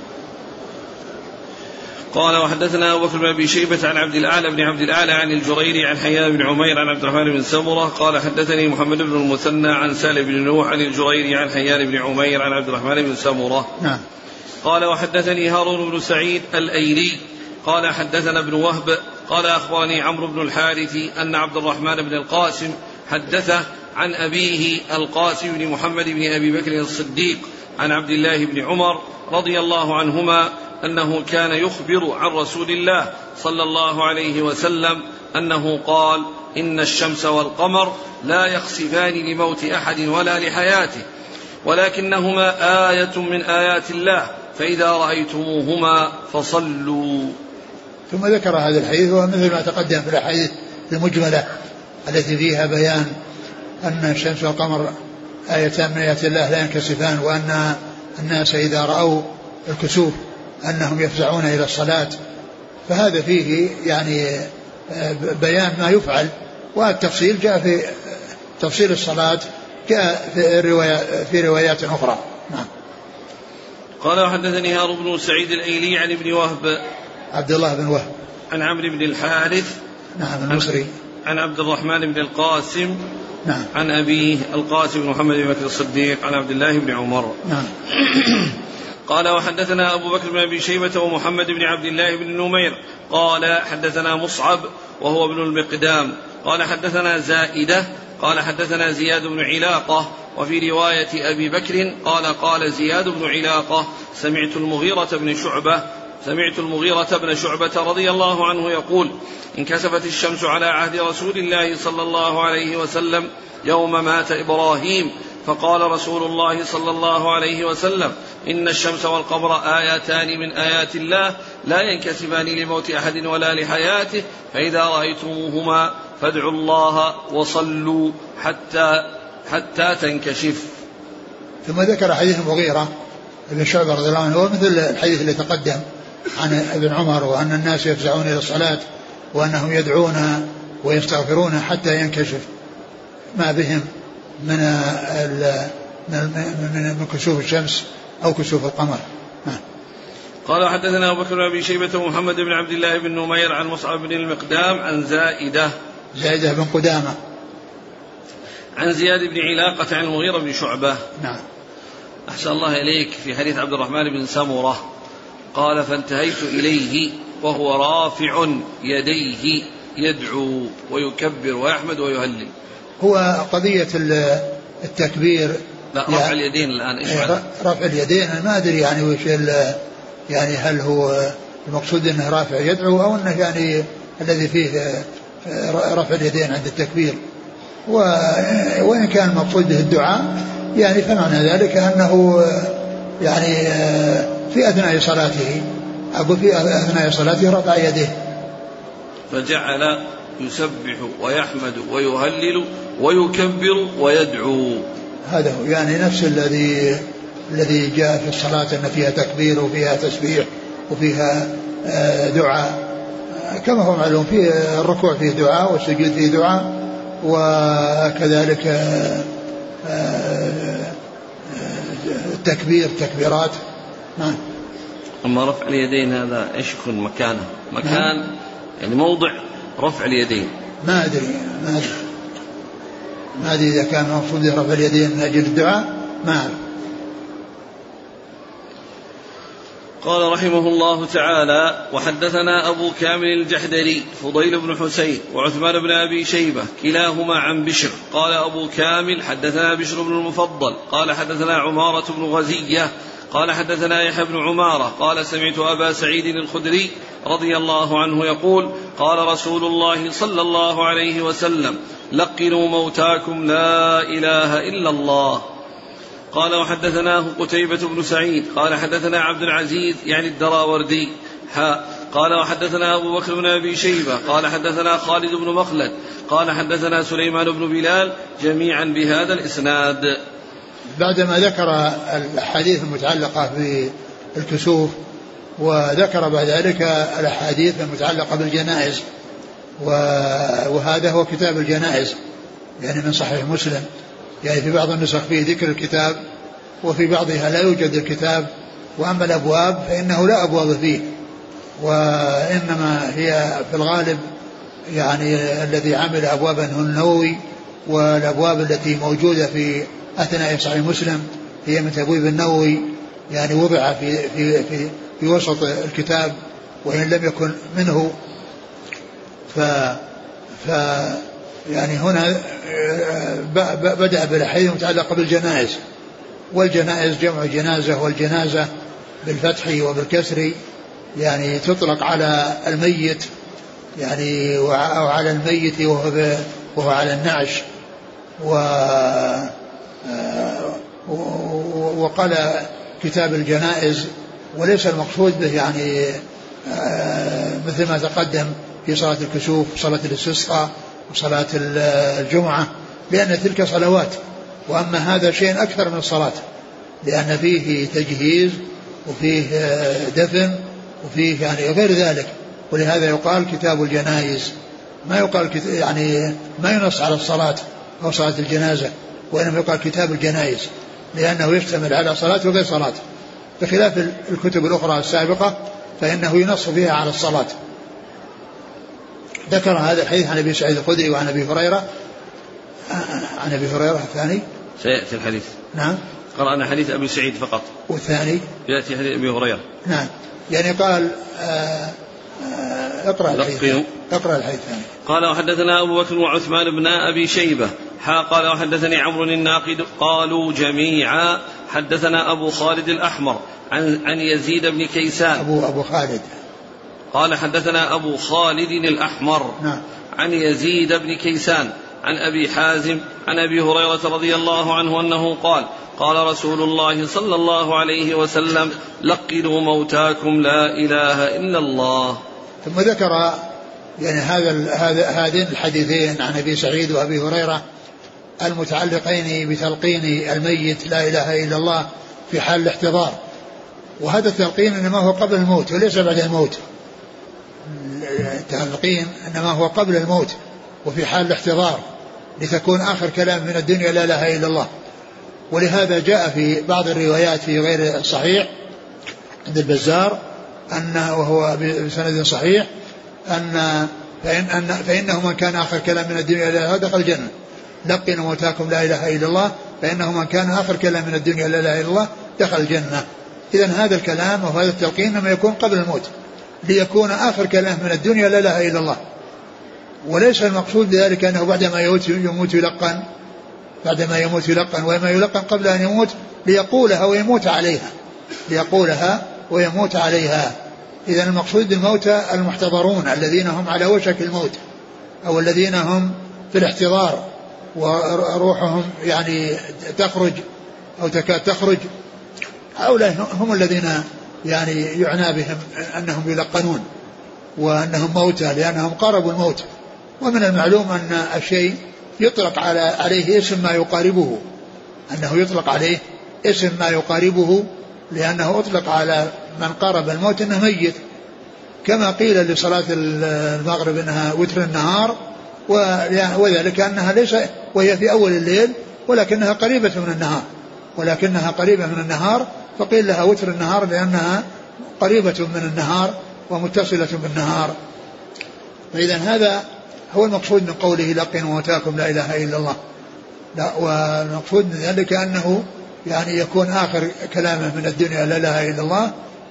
قال وحدثنا أبو بكر بن أبي شيبة عن عبد الأعلى بن عبد الأعلى عن الجريري عن حيان بن عمير عن عبد الرحمن بن سامورة قال حدثني محمد بن المثنى عن سالم بن نوح عن الجريري عن حيان بن عمير عن عبد الرحمن بن سامورة. نعم. قال وحدثني هارون بن سعيد الأيلي قال حدثنا ابن وهب قال أخبرني عمرو بن الحارث أن عبد الرحمن بن القاسم حدثه عن أبيه القاسم بن محمد بن أبي بكر الصديق عن عبد الله بن عمر رضي الله عنهما أنه كان يخبر عن رسول الله صلى الله عليه وسلم أنه قال إن الشمس والقمر لا يخسفان لموت أحد ولا لحياته ولكنهما آية من آيات الله فإذا رأيتموهما فصلوا. ثم ذكر هذا الحديث ومثل ما تقدم في الأحاديث المجملة التي فيها بيان أن الشمس والقمر آيتان من آيات الله لا ينكسفان، وأن الناس إذا رأوا الكسوف أنهم يفزعون إلى الصلاة، فهذا فيه يعني بيان ما يفعل، والتفصيل جاء في تفصيل الصلاة جاء في, الرواية في روايات أخرى. نعم. قال وحدثني هارون بن سعيد الأيلي عن ابن وهب عبد الله بن وهب عن عمرو بن الحارث نعم المصري عن عبد الرحمن بن القاسم نعم عن أبيه القاسم بن محمد بن بكر الصديق عن عبد الله بن عمر. نعم. قال وحدثنا أبو بكر بن أبي شيبة ومحمد بن عبد الله بن نمير قال حدثنا مصعب وهو ابن المقدام قال حدثنا زائدة قال حدثنا زياد بن علاقة وفي رواية أبي بكر قال قال زياد بن علاقة سمعت المغيرة بن شعبة سمعت المغيرة بن شعبة رضي الله عنه يقول انكسفت الشمس على عهد رسول الله صلى الله عليه وسلم يوم مات إبراهيم فقال رسول الله صلى الله عليه وسلم إن الشمس والقمر آياتان من آيات الله لا ينكسفان لموت أحد ولا لحياته فإذا رأيتموهما فادعوا الله وصلوا حتى حتى تنكشف. ثم ذكر حديث المغيرة ابن شعبة رضي الله عنه ومثل الحديث اللي تقدم عن ابن عمر وأن الناس يفزعون إلى الصلاة وأنهم يدعون ويستغفرون حتى ينكشف ما بهم من من كسوف الشمس أو كسوف القمر. قال حدثنا أبو بكر بن أبي شيبة ومحمد بن عبد الله بن نمير عن مصعب بن المقدام عن زائدة زائدة بن قدامة عن زياد بن علاقة عن المغيرة بن شعبة. نعم. أحسن الله إليك في حديث عبد الرحمن بن سامورة قال فانتهيت إليه وهو رافع يديه يدعو ويكبر ويحمد ويهلل. هو قضية التكبير لا رفع يعني اليدين الآن إيش معنى؟ رفع اليدين ما أدري يعني وش يعني هل هو المقصود أنه رافع يدعو أو أنه يعني الذي فيه رفع اليدين عند التكبير، وإن كان المقصود به الدعاء يعني فمعنى ذلك أنه يعني في أثناء صلاته أقول في أثناء صلاته رفع يديه فجعل يسبح ويحمد ويهلل ويكبر ويدعو. هذا هو يعني نفس الذي الذي جاء في الصلاة أن فيها تكبير وفيها تسبيح وفيها دعاء كما هو معلوم. في الركوع فيه دعاء والسجود فيه دعاء وكذلك التكبير تكبيرات. نعم. أما رفع اليدين هذا إيش يكون مكانه؟ مكان يعني موضع رفع اليدين ما أدري ما أدري ما أدري إذا كان مقصود رفع اليدين من أجل الدعاء ما أعرف. قال رحمه الله تعالى: وحدثنا أبو كامل الجحدري فضيل بن حسين وعثمان بن أبي شيبة كلاهما عن بشر. قال أبو كامل: حدثنا بشر بن المفضل قال حدثنا عمارة بن غزية قال حدثنا يحيى بن عمارة قال سمعت أبا سعيد الخدري رضي الله عنه يقول: قال رسول الله صلى الله عليه وسلم: لقنوا موتاكم لا إله إلا الله. قال: وحدثناه قتيبة بن سعيد قال حدثنا عبد العزيز يعني الدراوردي حاء قال: وحدثنا أبو بكر بن أبي شيبة قال حدثنا خالد بن مخلد قال حدثنا سليمان بن بلال جميعا بهذا الإسناد. بعدما ذكر الحديث المتعلقة بالكسوف وذكر بعد ذلك الأحاديث المتعلقة بالجنائز، وهذا هو كتاب الجنائز يعني من صحيح مسلم، يعني في بعض النسخ فيه ذكر الكتاب وفي بعضها لا يوجد الكتاب، وأما الأبواب فإنه لا أبواب فيه، وإنما هي في الغالب يعني الذي عمل أبوابا هو النووي، والأبواب التي موجودة في أثناء صحيح مسلم هي من تبويب النووي، يعني وضع في, في, في, في وسط الكتاب وإن لم يكن منه. ف, ف يعني هنا بدأ بالأحاديث المتعلقة بالجنائز، والجنائز جمع جنازة، والجنازة بالفتح وبالكسر يعني تطلق على الميت يعني أو على الميت وهو, وهو على النعش. و وقال كتاب الجنائز، وليس المقصود به يعني مثل ما تقدم في صلاة الكسوف وصلاة الاستسقاء وصلاة الجمعة، لأن تلك صلوات، وأما هذا شيء أكثر من الصلاة، لأن فيه تجهيز وفيه دفن وفيه يعني غير ذلك، ولهذا يقال كتاب الجنائز، ما يقال يعني ما ينص على الصلاة أو صلاة الجنازة، وإنما يقال كتاب الجنائز لأنه يشتمل على صلاة وغير صلاة، بخلاف الكتب الأخرى السابقة فإنه ينص فيها على الصلاة. ذكر هذا الحديث عن أبي سعيد الخدري وعن أبي هريرة. عن أبي هريرة الثاني سيأتي الحديث. نعم. قرأنا حديث أبي سعيد فقط، والثاني يأتي حديث أبي هريرة. نعم، يعني قال آآ آآ اقرأ الحديث. اقرأ الحديث الثاني. قال: وحدثنا أبو بكر وعثمان بن أبي شيبة حا قال: وحدثني عمرو الناقد قالوا جميعا حدثنا أبو خالد الأحمر عن عن يزيد بن كيسان. أبو أبو خالد قال: حدثنا أبو خالد الأحمر نعم. عن يزيد بن كيسان عن أبي حازم عن أبي هريرة رضي الله عنه أنه قال: قال رسول الله صلى الله عليه وسلم: لقنوا موتاكم لا إله إلا الله. ثم ذكر يعني هذا هذا هذين الحديثين عن أبي سعيد وأبي هريرة المتعلقين بتلقين الميت لا إله إلا الله في حال الاحتضار، وهذا التلقين إنما هو قبل الموت وليس بعد الموت، التلقين إنما هو قبل الموت وفي حال الاحتضار، لتكون آخر كلام من الدنيا لا إله إلا الله. ولهذا جاء في بعض الروايات في غير الصحيح عند البزار أن وهو بسند صحيح أن فإن أن فإنه من كان آخر كلام من الدنيا لا إله إلا الله دخل الجنة. لقنوا موتاكم لا إله إلا الله فإنه من كان آخر كلام من الدنيا لا إله إلا الله دخل الجنة. إذن هذا الكلام وهذا التلقين لما يكون قبل الموت ليكون آخر كلام من الدنيا لا إله إلا الله، وليس المقصود بذلك أنه بعدما يموت يلقن بعدما يموت يلقن وما يلقن قبل أن يموت ليقولها ويموت عليها ليقولها ويموت عليها. إذن المقصود بالموتى المحتضرون الذين هم على وشك الموت أو الذين هم في الاحتضار وروحهم يعني تخرج أو تكاد تخرج، هؤلاء هم الذين يعني يعنى بهم أنهم يلقنون وأنهم موتى لأنهم قاربوا الموت. ومن المعلوم أن الشيء يطلق على عليه اسم ما يقاربه، أنه يطلق عليه اسم ما يقاربه لأنه أطلق على من قارب الموت أنه ميت، كما قيل لصلاة المغرب أنها وتر النهار، وذلك أنها ليس وهي في أول الليل ولكنها قريبة من النهار ولكنها قريبة من النهار فقيل لها وتر النهار لأنها قريبة من النهار ومتصلة بالنهار. فإذا هذا هو المقصود من قوله لقنوا موتاكم لا إله إلا الله. لا، والمقصود من ذلك أنه يعني يكون آخر كلامه من الدنيا لا إله إلا الله،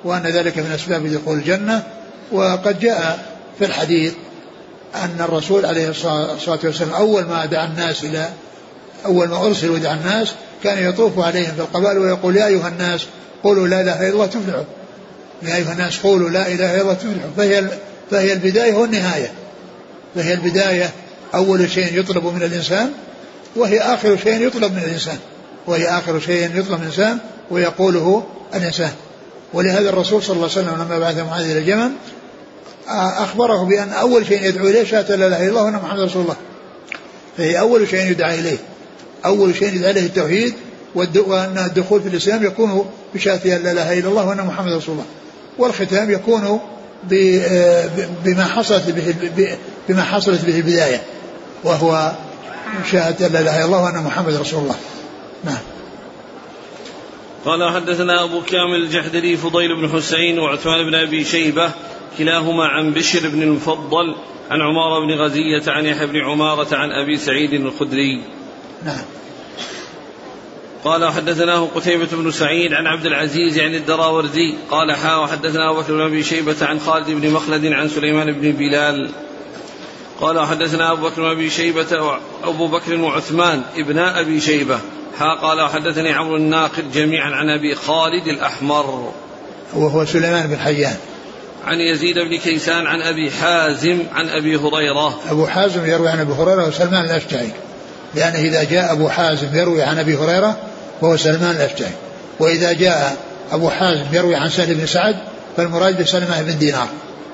وأن ذلك من أسباب دخول الجنة. وقد جاء في الحديث أن الرسول عليه الصلاة والسلام أول ما دعا الناس إلى أول ما أرسل ودعا الناس كان يطوف عليهم في القبائل ويقول يا أيها الناس قولوا لا إله إلا الله تفلحوا، يا أيها الناس قولوا لا إله إلا الله تفلحوا. فهي, فهي البداية والنهاية، فهي البداية أول شيء يطلب من الإنسان، وهي آخر شيء يطلب من الإنسان، وهي آخر شيء يطلب من الإنسان ويقوله الإنسان. ولهذا الرسول صلى الله عليه وسلم لما بعث معاذ إلى اليمن أخبره بأن أول شيء يدعو إليه شهادة لا إله إلا الله وأن محمد رسول الله، فهي أول شيء يدعى إليه، أول شيء يدعى إليه التوحيد، وأن الدخول في الإسلام يكون بشهادة لا إله إلا الله وأن محمد رسول الله، والختام يكون بما حصلت به بما حصلت به البداية وهو شهادة لا إله إلا الله وأن محمد رسول الله. نعم. قال حدثنا أبو كامل الجحدري فضيل بن حسين وعثمان بن أبي شيبة كلاهما عن بشر بن المفضل عن عمارة بن غزية عن يحيى بن عمارة عن أبي سعيد الخدري. نعم. قال حدثناه قتيبة بن سعيد عن عبد العزيز عن الدراوردي قال حا وحدثنا أبو بكر بن أبي شيبة عن خالد بن مخلد عن سليمان بن بلال قال حدثنا أبو بكر بن أبي شيبة أبو بكر وعثمان ابن أبي شيبة حا قال حدثني عمرو الناقد جميعا عن أبي خالد الأحمر وهو سليمان بن حيان عن يزيد بن كيسان عن أبي حازم عن أبي هريرة. أبو حازم يروي عن أبي هريرة وسلمان الأشجعي، لأنه إذا جاء أبو حازم يروي عن أبي هريرة وهو سلمان الأشجعي، وإذا جاء أبو حازم يروي عن سهل بن سعد فالمراد بسلمة بن دينار.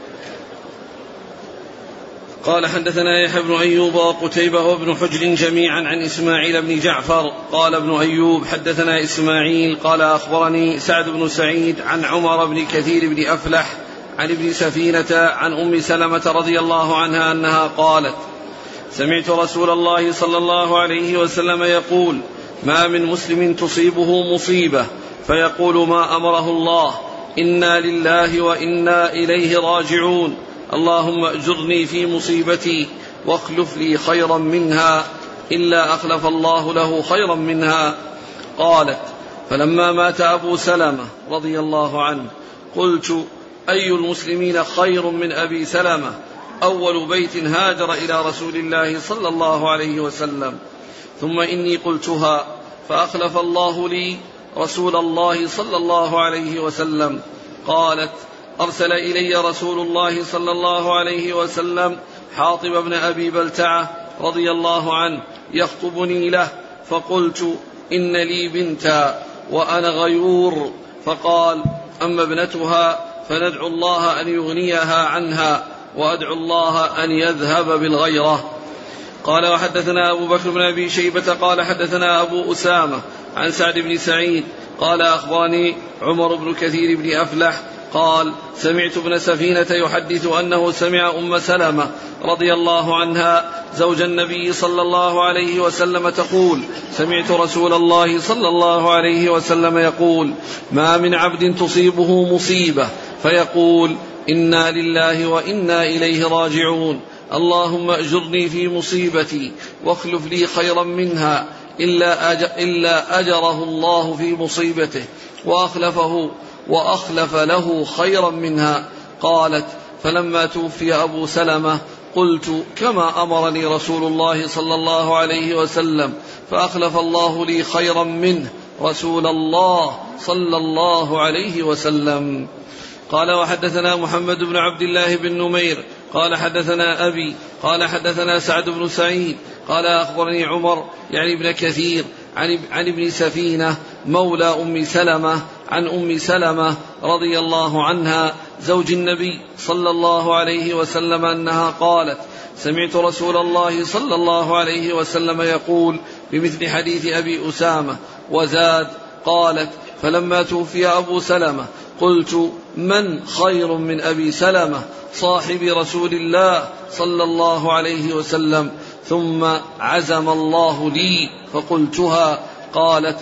قال حدثنا يحيى بن أيوب وقتيبة وابن حجر جميعا عن إسماعيل بن جعفر قال ابن أيوب حدثنا إسماعيل قال أخبرني سعد بن سعيد عن عمر بن كثير بن أفلح عن ابن سفينة عن أم سلمة رضي الله عنها أنها قالت سمعت رسول الله صلى الله عليه وسلم يقول ما من مسلم تصيبه مصيبة فيقول ما أمره الله إنا لله وإنا إليه راجعون اللهم أجرني في مصيبتي واخلف لي خيرا منها إلا أخلف الله له خيرا منها. قالت فلما مات أبو سلمة رضي الله عنه قلت أي المسلمين خير من أبي سلمة أول بيت هاجر إلى رسول الله صلى الله عليه وسلم ثم إني قلتها فأخلف الله لي رسول الله صلى الله عليه وسلم. قالت أرسل إلي رسول الله صلى الله عليه وسلم حاطب بن أبي بلتعة رضي الله عنه يخطبني له فقلت إن لي بنتا وأنا غيور فقال أما ابنتها فندعو الله أن يغنيها عنها وأدعو الله أن يذهب بالغيرة. قال وحدثنا أبو بكر بن أبي شيبة قال حدثنا أبو أسامة عن سعد بن سعيد قال أخبرني عمر بن كثير بن أفلح قال سمعت ابن سفينة يحدث أنه سمع أم سلمة رضي الله عنها زوج النبي صلى الله عليه وسلم تقول سمعت رسول الله صلى الله عليه وسلم يقول ما من عبد تصيبه مصيبة فيقول إنا لله وإنا إليه راجعون اللهم أجرني في مصيبتي واخلف لي خيرا منها إلا, أج... إلا أجره الله في مصيبته وأخلفه وأخلف له خيرا منها. قالت فلما توفي أبو سلمة قلت كما أمرني رسول الله صلى الله عليه وسلم فأخلف الله لي خيرا منه رسول الله صلى الله عليه وسلم. قال وحدثنا محمد بن عبد الله بن نمير قال حدثنا أبي قال حدثنا سعد بن سعيد قال أخبرني عمر يعني ابن كثير عن, عن ابن سفينة مولى أم سلمة عن أم سلمة رضي الله عنها زوج النبي صلى الله عليه وسلم أنها قالت سمعت رسول الله صلى الله عليه وسلم يقول بمثل حديث أبي أسامة وزاد قالت فلما توفي أبو سلمة قلت من خير من أبي سلمة صاحب رسول الله صلى الله عليه وسلم ثم عزم الله لي فقلتها. قالت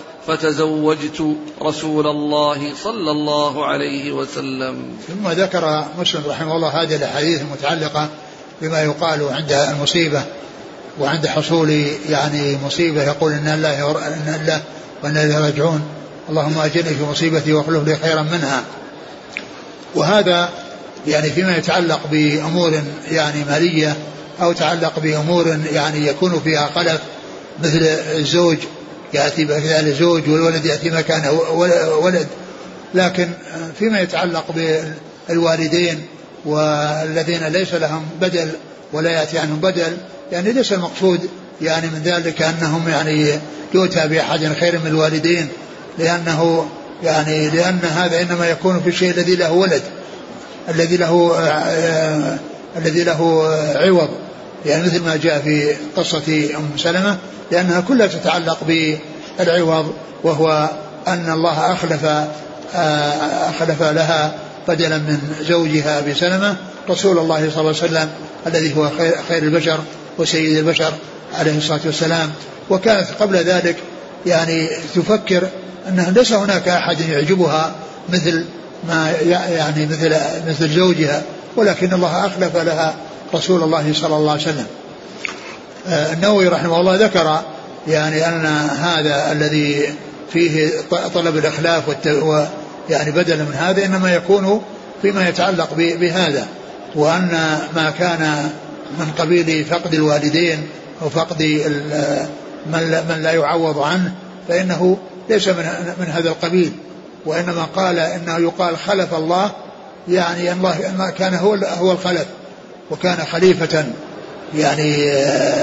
فتزوجت رسول الله صلى الله عليه وسلم. ثم ذكر مسلم رحمه الله هذه الأحاديث المتعلقة بما يقال عند المصيبة وعند حصول يعني مصيبة يقول إن الله إن الله وإن الله راجعون اللهم أجرني في مصيبتي واخلف لي خيرا منها. وهذا يعني فيما يتعلق بأمور يعني مالية أو تعلق بأمور يعني يكون فيها خلف، مثل الزوج يأتي مكان زوج والولد يأتي مكانه ولد. لكن فيما يتعلق بالوالدين والذين ليس لهم بدل ولا يأتي عنهم بدل، يعني ليس المقصود يعني من ذلك أنهم يعني يؤتى بأحد خير من الوالدين، لأنه يعني لأن هذا إنما يكون في الشيء الذي له ولد، الذي له آه الذي له عوض، يعني مثل ما جاء في قصة أم سلمة، لأنها كلها تتعلق بالعوض، وهو أن الله أخلف آه أخلف لها بدلا من زوجها أبي سلمة رسول الله صلى الله عليه وسلم الذي هو خير, خير البشر وسيد البشر عليه الصلاة والسلام. وكانت قبل ذلك يعني تفكر أنه ليس هناك أحد يعجبها مثل ما يعني مثل مثل زوجها، ولكن الله أخلف لها رسول الله صلى الله عليه وسلم. النووي رحمه الله ذكر يعني أن هذا الذي فيه طلب الإخلاف يعني بدلا من هذا إنما يكون فيما يتعلق بهذا، وأن ما كان من قبيل فقد الوالدين أو فقد من لا يعوض عنه فإنه ليس من هذا القبيل، وإنما قال إنه يقال خلف الله، يعني الله ما كان هو هو الخلف وكان خليفة يعني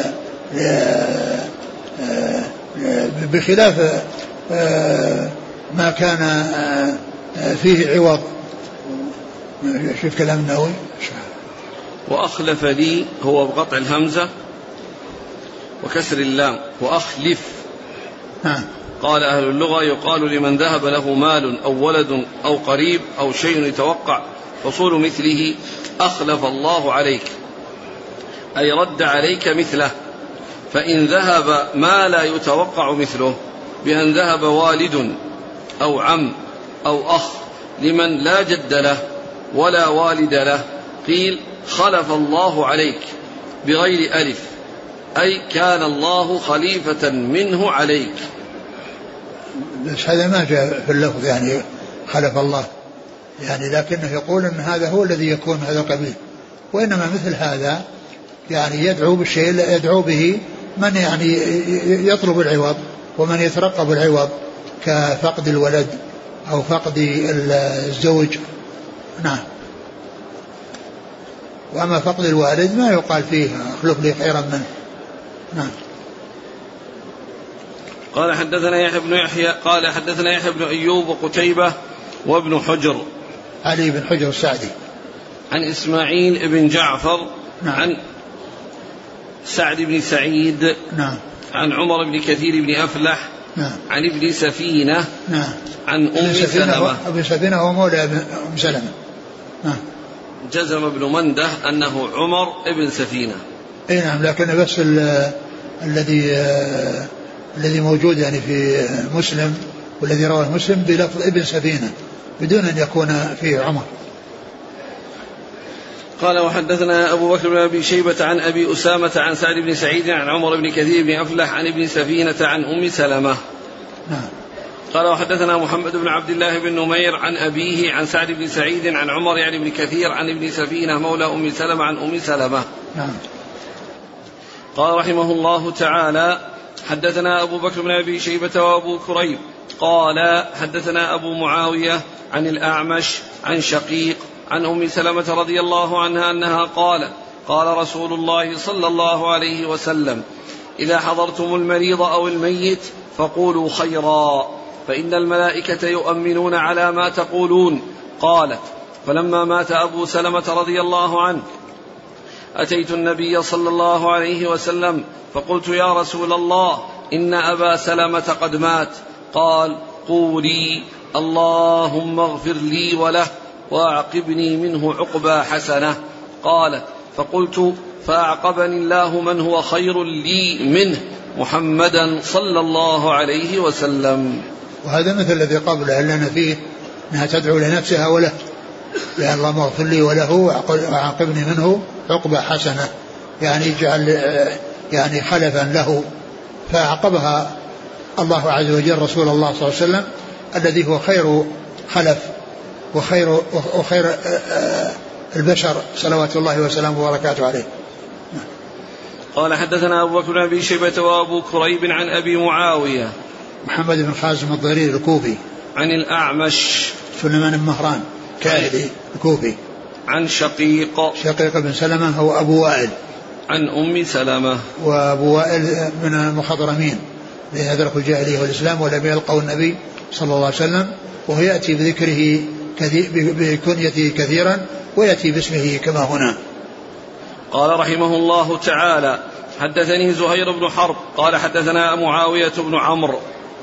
بخلاف ما كان فيه عوض. شوف كلام النووي. وأخلف لي هو بقطع الهمزة وكسر اللام، وأخلف ها. قال أهل اللغة يقال لمن ذهب له مال أو ولد أو قريب أو شيء يتوقع حصول مثله أخلف الله عليك، أي رد عليك مثله. فإن ذهب ما لا يتوقع مثله بأن ذهب والد أو عم أو أخ لمن لا جد له ولا والد له قيل خلف الله عليك بغير ألف، أي كان الله خليفة منه عليك. بس هذا ما جاء في اللفظ يعني خلف الله يعني، لكنه يقول أن هذا هو الذي يكون هذا القبيل، وإنما مثل هذا يعني يدعو بالشيء يدعو به من يعني يطلب العوض ومن يترقب العوض كفقد الولد أو فقد الزوج. نعم. وأما فقد الوالد ما يقال فيه اخلف لي خيرا منه. نعم. قال حدثنا يحيى بن يحيى قال حدثنا يحيى بن أيوب وقتيبة وابن حجر علي بن حجر السعدي عن إسماعيل بن جعفر. نعم. عن سعد بن سعيد. نعم. عن عمر بن كثير بن أفلح. نعم. عن ابن سفينة. نعم. عن أم سلمة. ابن سفينة هو مولى أم سلمة. نعم. جزم ابن منده أنه عمر ابن سفينة. اي نعم، لكن بس الذي الذي موجود يعني في مسلم والذي رواه مسلم بلفظ ابن سفينة بدون أن يكون فيه عمر. قال وحدثنا أبو بكر بن أبي شيبة عن أبي أسامة عن سعد بن سعيد عن عمر بن كثير بن أفلح عن ابن سفينة عن أم سلمة. نعم. قال وحدثنا محمد بن عبد الله بن نمير عن أبيه عن سعد بن سعيد عن عمر يعني بن كثير عن ابن سفينة مولى أم سلمة عن أم سلمة. نعم. قال رحمه الله تعالى حدثنا أبو بكر بن أبي شيبة وأبو كريب قال حدثنا أبو معاوية عن الأعمش عن شقيق عن أم سلمة رضي الله عنها أنها قال قال رسول الله صلى الله عليه وسلم إذا حضرتم المريض أو الميت فقولوا خيرا فإن الملائكة يؤمنون على ما تقولون. قالت فلما مات أبو سلمة رضي الله عنه أتيت النبي صلى الله عليه وسلم فقلت يا رسول الله إن أبا سلمة قد مات. قال قولي اللهم اغفر لي وله وأعقبني منه عقبى حسنة. قالت فقلت فأعقبني الله من هو خير لي منه محمدا صلى الله عليه وسلم. وهذا مثل الذي قبله لنا فيه أنها تدعو لنفسها وله يا اللهم اغفر لي وله وأعقبني منه عقبى حسنة، يعني يجعل يعني خلفا له، فأعقبها الله عز وجل رسول الله صلى الله عليه وسلم الذي هو خير خلف وخير, وخير البشر صلوات الله وسلامه وبركاته عليه. قال حدثنا أبو بكر بن أبي شيبة وأبو كريب عن أبي معاوية محمد بن خازم الضرير الكوفي عن الأعمش سليمان بن مهران كاهلي الكوفي عن شقيق شقيق بن سلمة هو أبو وائل عن أم سلمة وأبو وائل من المخضرمين الذين أدركوا الجاهلية والإسلام ولم يلقوا النبي صلى الله عليه وسلم، وهو يأتي بذكره بكنيته كثيرا ويأتي باسمه كما هنا. قال رحمه الله تعالى حدثني زهير بن حرب قال حدثنا معاوية بن عمرو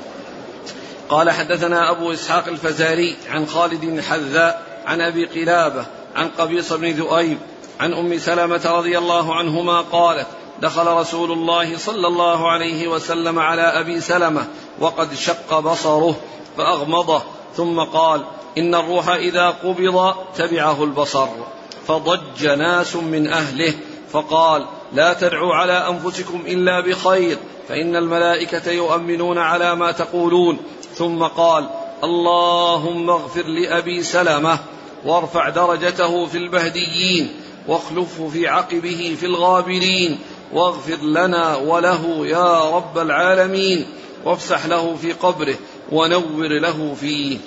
قال حدثنا أبو إسحاق الفزاري عن خالد الحذاء عن أبي قلابة عن قبيص بن ذؤيب عن أم سلمة رضي الله عنهما قالت دخل رسول الله صلى الله عليه وسلم على أبي سلمة وقد شق بصره فأغمضه ثم قال إن الروح إذا قبض تبعه البصر، فضج ناس من أهله فقال لا تدعوا على أنفسكم إلا بخير فإن الملائكة يؤمنون على ما تقولون، ثم قال اللهم اغفر لأبي سلمة وارفع درجته في المهديين واخلفه في عقبه في الغابرين واغفر لنا وله يا رب العالمين وافسح له في قبره ونور له فيه.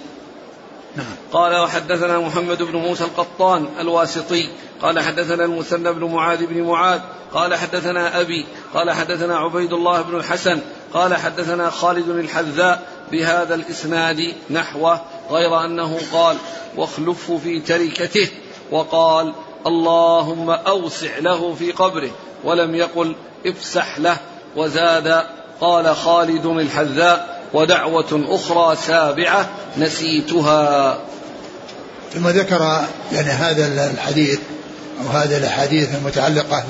قال وحدثنا محمد بن موسى القطان الواسطي قال حدثنا المثنى بن معاذ بن معاذ قال حدثنا أبي قال حدثنا عبيد الله بن الحسن قال حدثنا خالد الحذاء بهذا الإسناد نحوه غير أنه قال واخلفه في تركته وقال اللهم أوسع له في قبره ولم يقل افسح له. وزاد قال خالد الحذاء ودعوة أخرى سابعة نسيتها. ثم ذكر يعني هذا الحديث أو هذه الأحاديث المتعلقة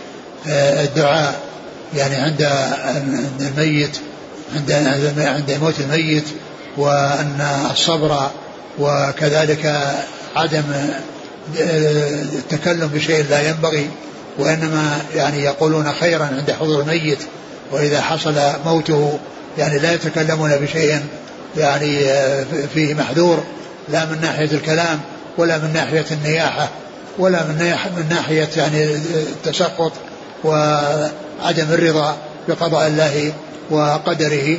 بالدعاء يعني عند الميت عند عند موت الميت، وأن الصبر وكذلك عدم التكلم بشيء لا ينبغي، وإنما يعني يقولون خيرا عند حضور الميت، وإذا حصل موته يعني لا يتكلمون بشيء يعني فيه محذور لا من ناحية الكلام ولا من ناحية النياحة ولا من ناحية يعني التسخط وعدم الرضا بقضاء الله وقدره.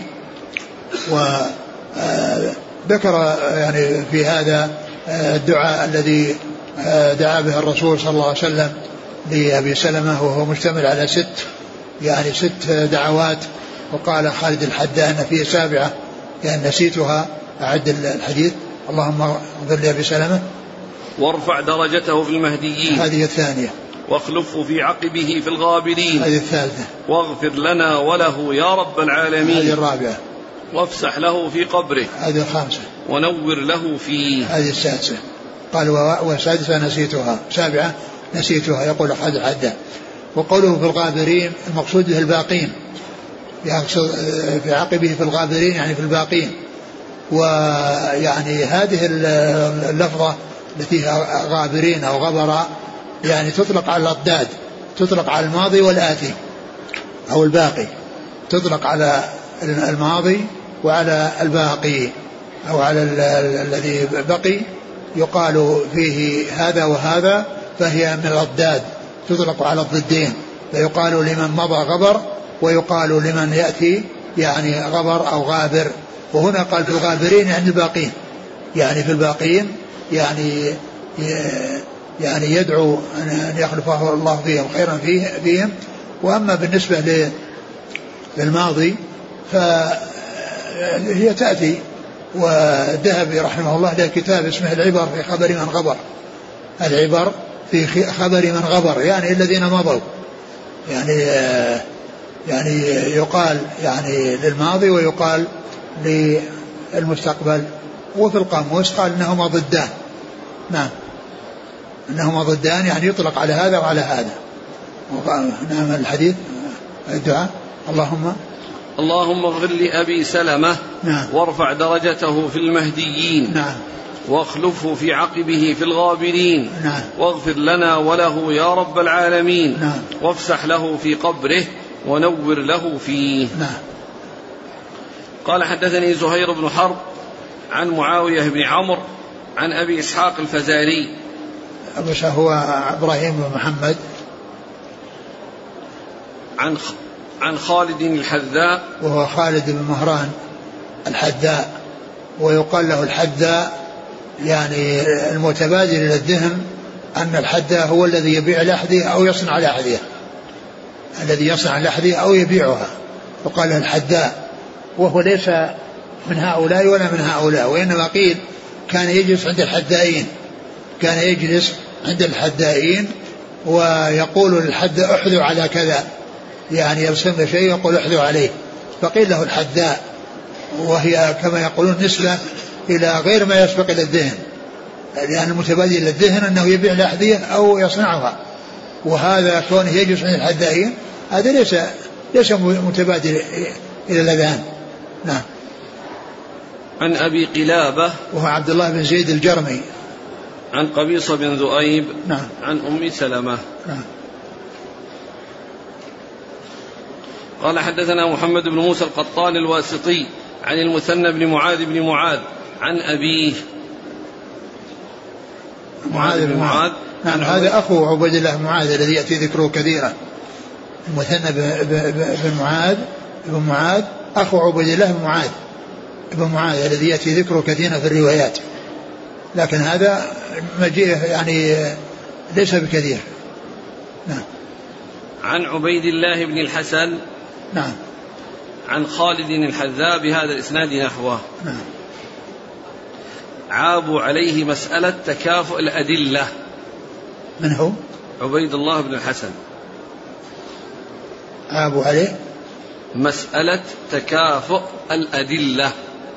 وذكر يعني في هذا الدعاء الذي دعا به الرسول صلى الله عليه وسلم لأبي سلمة، وهو مشتمل على ست يعني ست دعوات. وقال خالد الحذاء أن فيه سابعة يعني نسيتها. أعد الحديث اللهم اغفر لأبي سلمة وارفع درجته في المهديين، هذه الثانية. واخلفه في عقبه في الغابرين، هذه الثالثة. واغفر لنا وله يا رب العالمين، هذه الرابعة. وافسح له في قبره، هذه الخامسة. ونور له فيه، هذه السادسة. قال والسادسة نسيتها. سابعة نسيتها. يقول خالد الحذاء. وقوله في الغابرين المقصود به الباقين، يقصد في عقبه في الغابرين يعني في الباقين. ويعني هذه اللفظة التي غابرين أو غبراء يعني تطلق على الأضداد، تطلق على الماضي والآتي أو الباقي، تطلق على الماضي وعلى الباقي أو على الذي بقي، يقال فيه هذا وهذا، فهي من الأضداد تطلق على الضدين، فيقال لمن مضى غبر ويقال لمن يأتي يعني غبر أو غابر. وهنا قال في الغابرين يعني الباقين، يعني في الباقين يعني يعني يدعو أن يخلفه الله فيهم خيرا فيهم. وأما بالنسبة للماضي فهي تأتي. والذهبي رحمه الله له كتاب اسمه العبر في خبر من غبر، العبر في خبر من غبر يعني الذين مضوا، يعني يعني يقال يعني للماضي ويقال للمستقبل. وفي القاموس قال انهما ضدان. نعم انهما ضدان يعني يطلق على هذا وعلى هذا. نعم الحديث الدعاء اللهم اللهم اغفر لأبي سلمة. نعم. وارفع درجته في المهديين. نعم. واخلفه في عقبه في الغابرين. نعم. واغفر لنا وله يا رب العالمين. نعم. وافسح له في قبره ونور له فيه. نعم. قال حدثني زهير بن حرب عن معاوية بن عمرو عن أبي إسحاق الفزاري. أبو إسحاق هو إبراهيم بن محمد. عن عن خالد الحذاء وهو خالد بن مهران الحذاء، ويقال له الحذاء يعني المتبادل إلى الذهن أن الحذاء هو الذي يبيع الأحذية أو يصنع الأحذية، الذي يصنع الأحذية أو يبيعها وقال له الحذاء، وهو ليس من هؤلاء ولا من هؤلاء، وإنما قيل كان يجلس عند الحذائين، كان يجلس عند الحذائين ويقول للحذاء احذو على كذا، يعني يرسم له شيء يقول احذو عليه، فقيل له الحذاء، وهي كما يقولون نسبة إلى غير ما يسبق إلى الذهن، لأن المتبادل إلى الذهن أنه يبيع الأحذية أو يصنعها، وهذا كونه يجلس عند الحذائين هذا ليس ليس متبادل إلى الأذهان. نعم. عن أبي قلابة وهو عبد الله بن زيد الجرمي. عن قبيصة بن ذؤيب. نعم. عن أم سلمة. نعم. قال حدثنا محمد بن موسى القطان الواسطي عن المثنى بن معاذ بن معاذ عن أبيه معاذ بن معاذ. نعم. هذا أخو عبيد الله بن معاذ الذي يأتي ذكره كثيرا. المثنى بن معاذ بن معاذ أخو عبيد الله بن معاذ بن معاذ الذي يأتي ذكره كثيرا في الروايات، لكن هذا مجيء يعني ليس بكثير. نعم. عن عبيد الله بن الحسن. نعم. عن خالد الحذاء بهذا الإسناد نحوه. نعم. عابوا عليه مسألة تكافؤ الأدلة. من هو؟ عبيد الله بن الحسن. عابوا عليه مسألة تكافؤ الأدلة.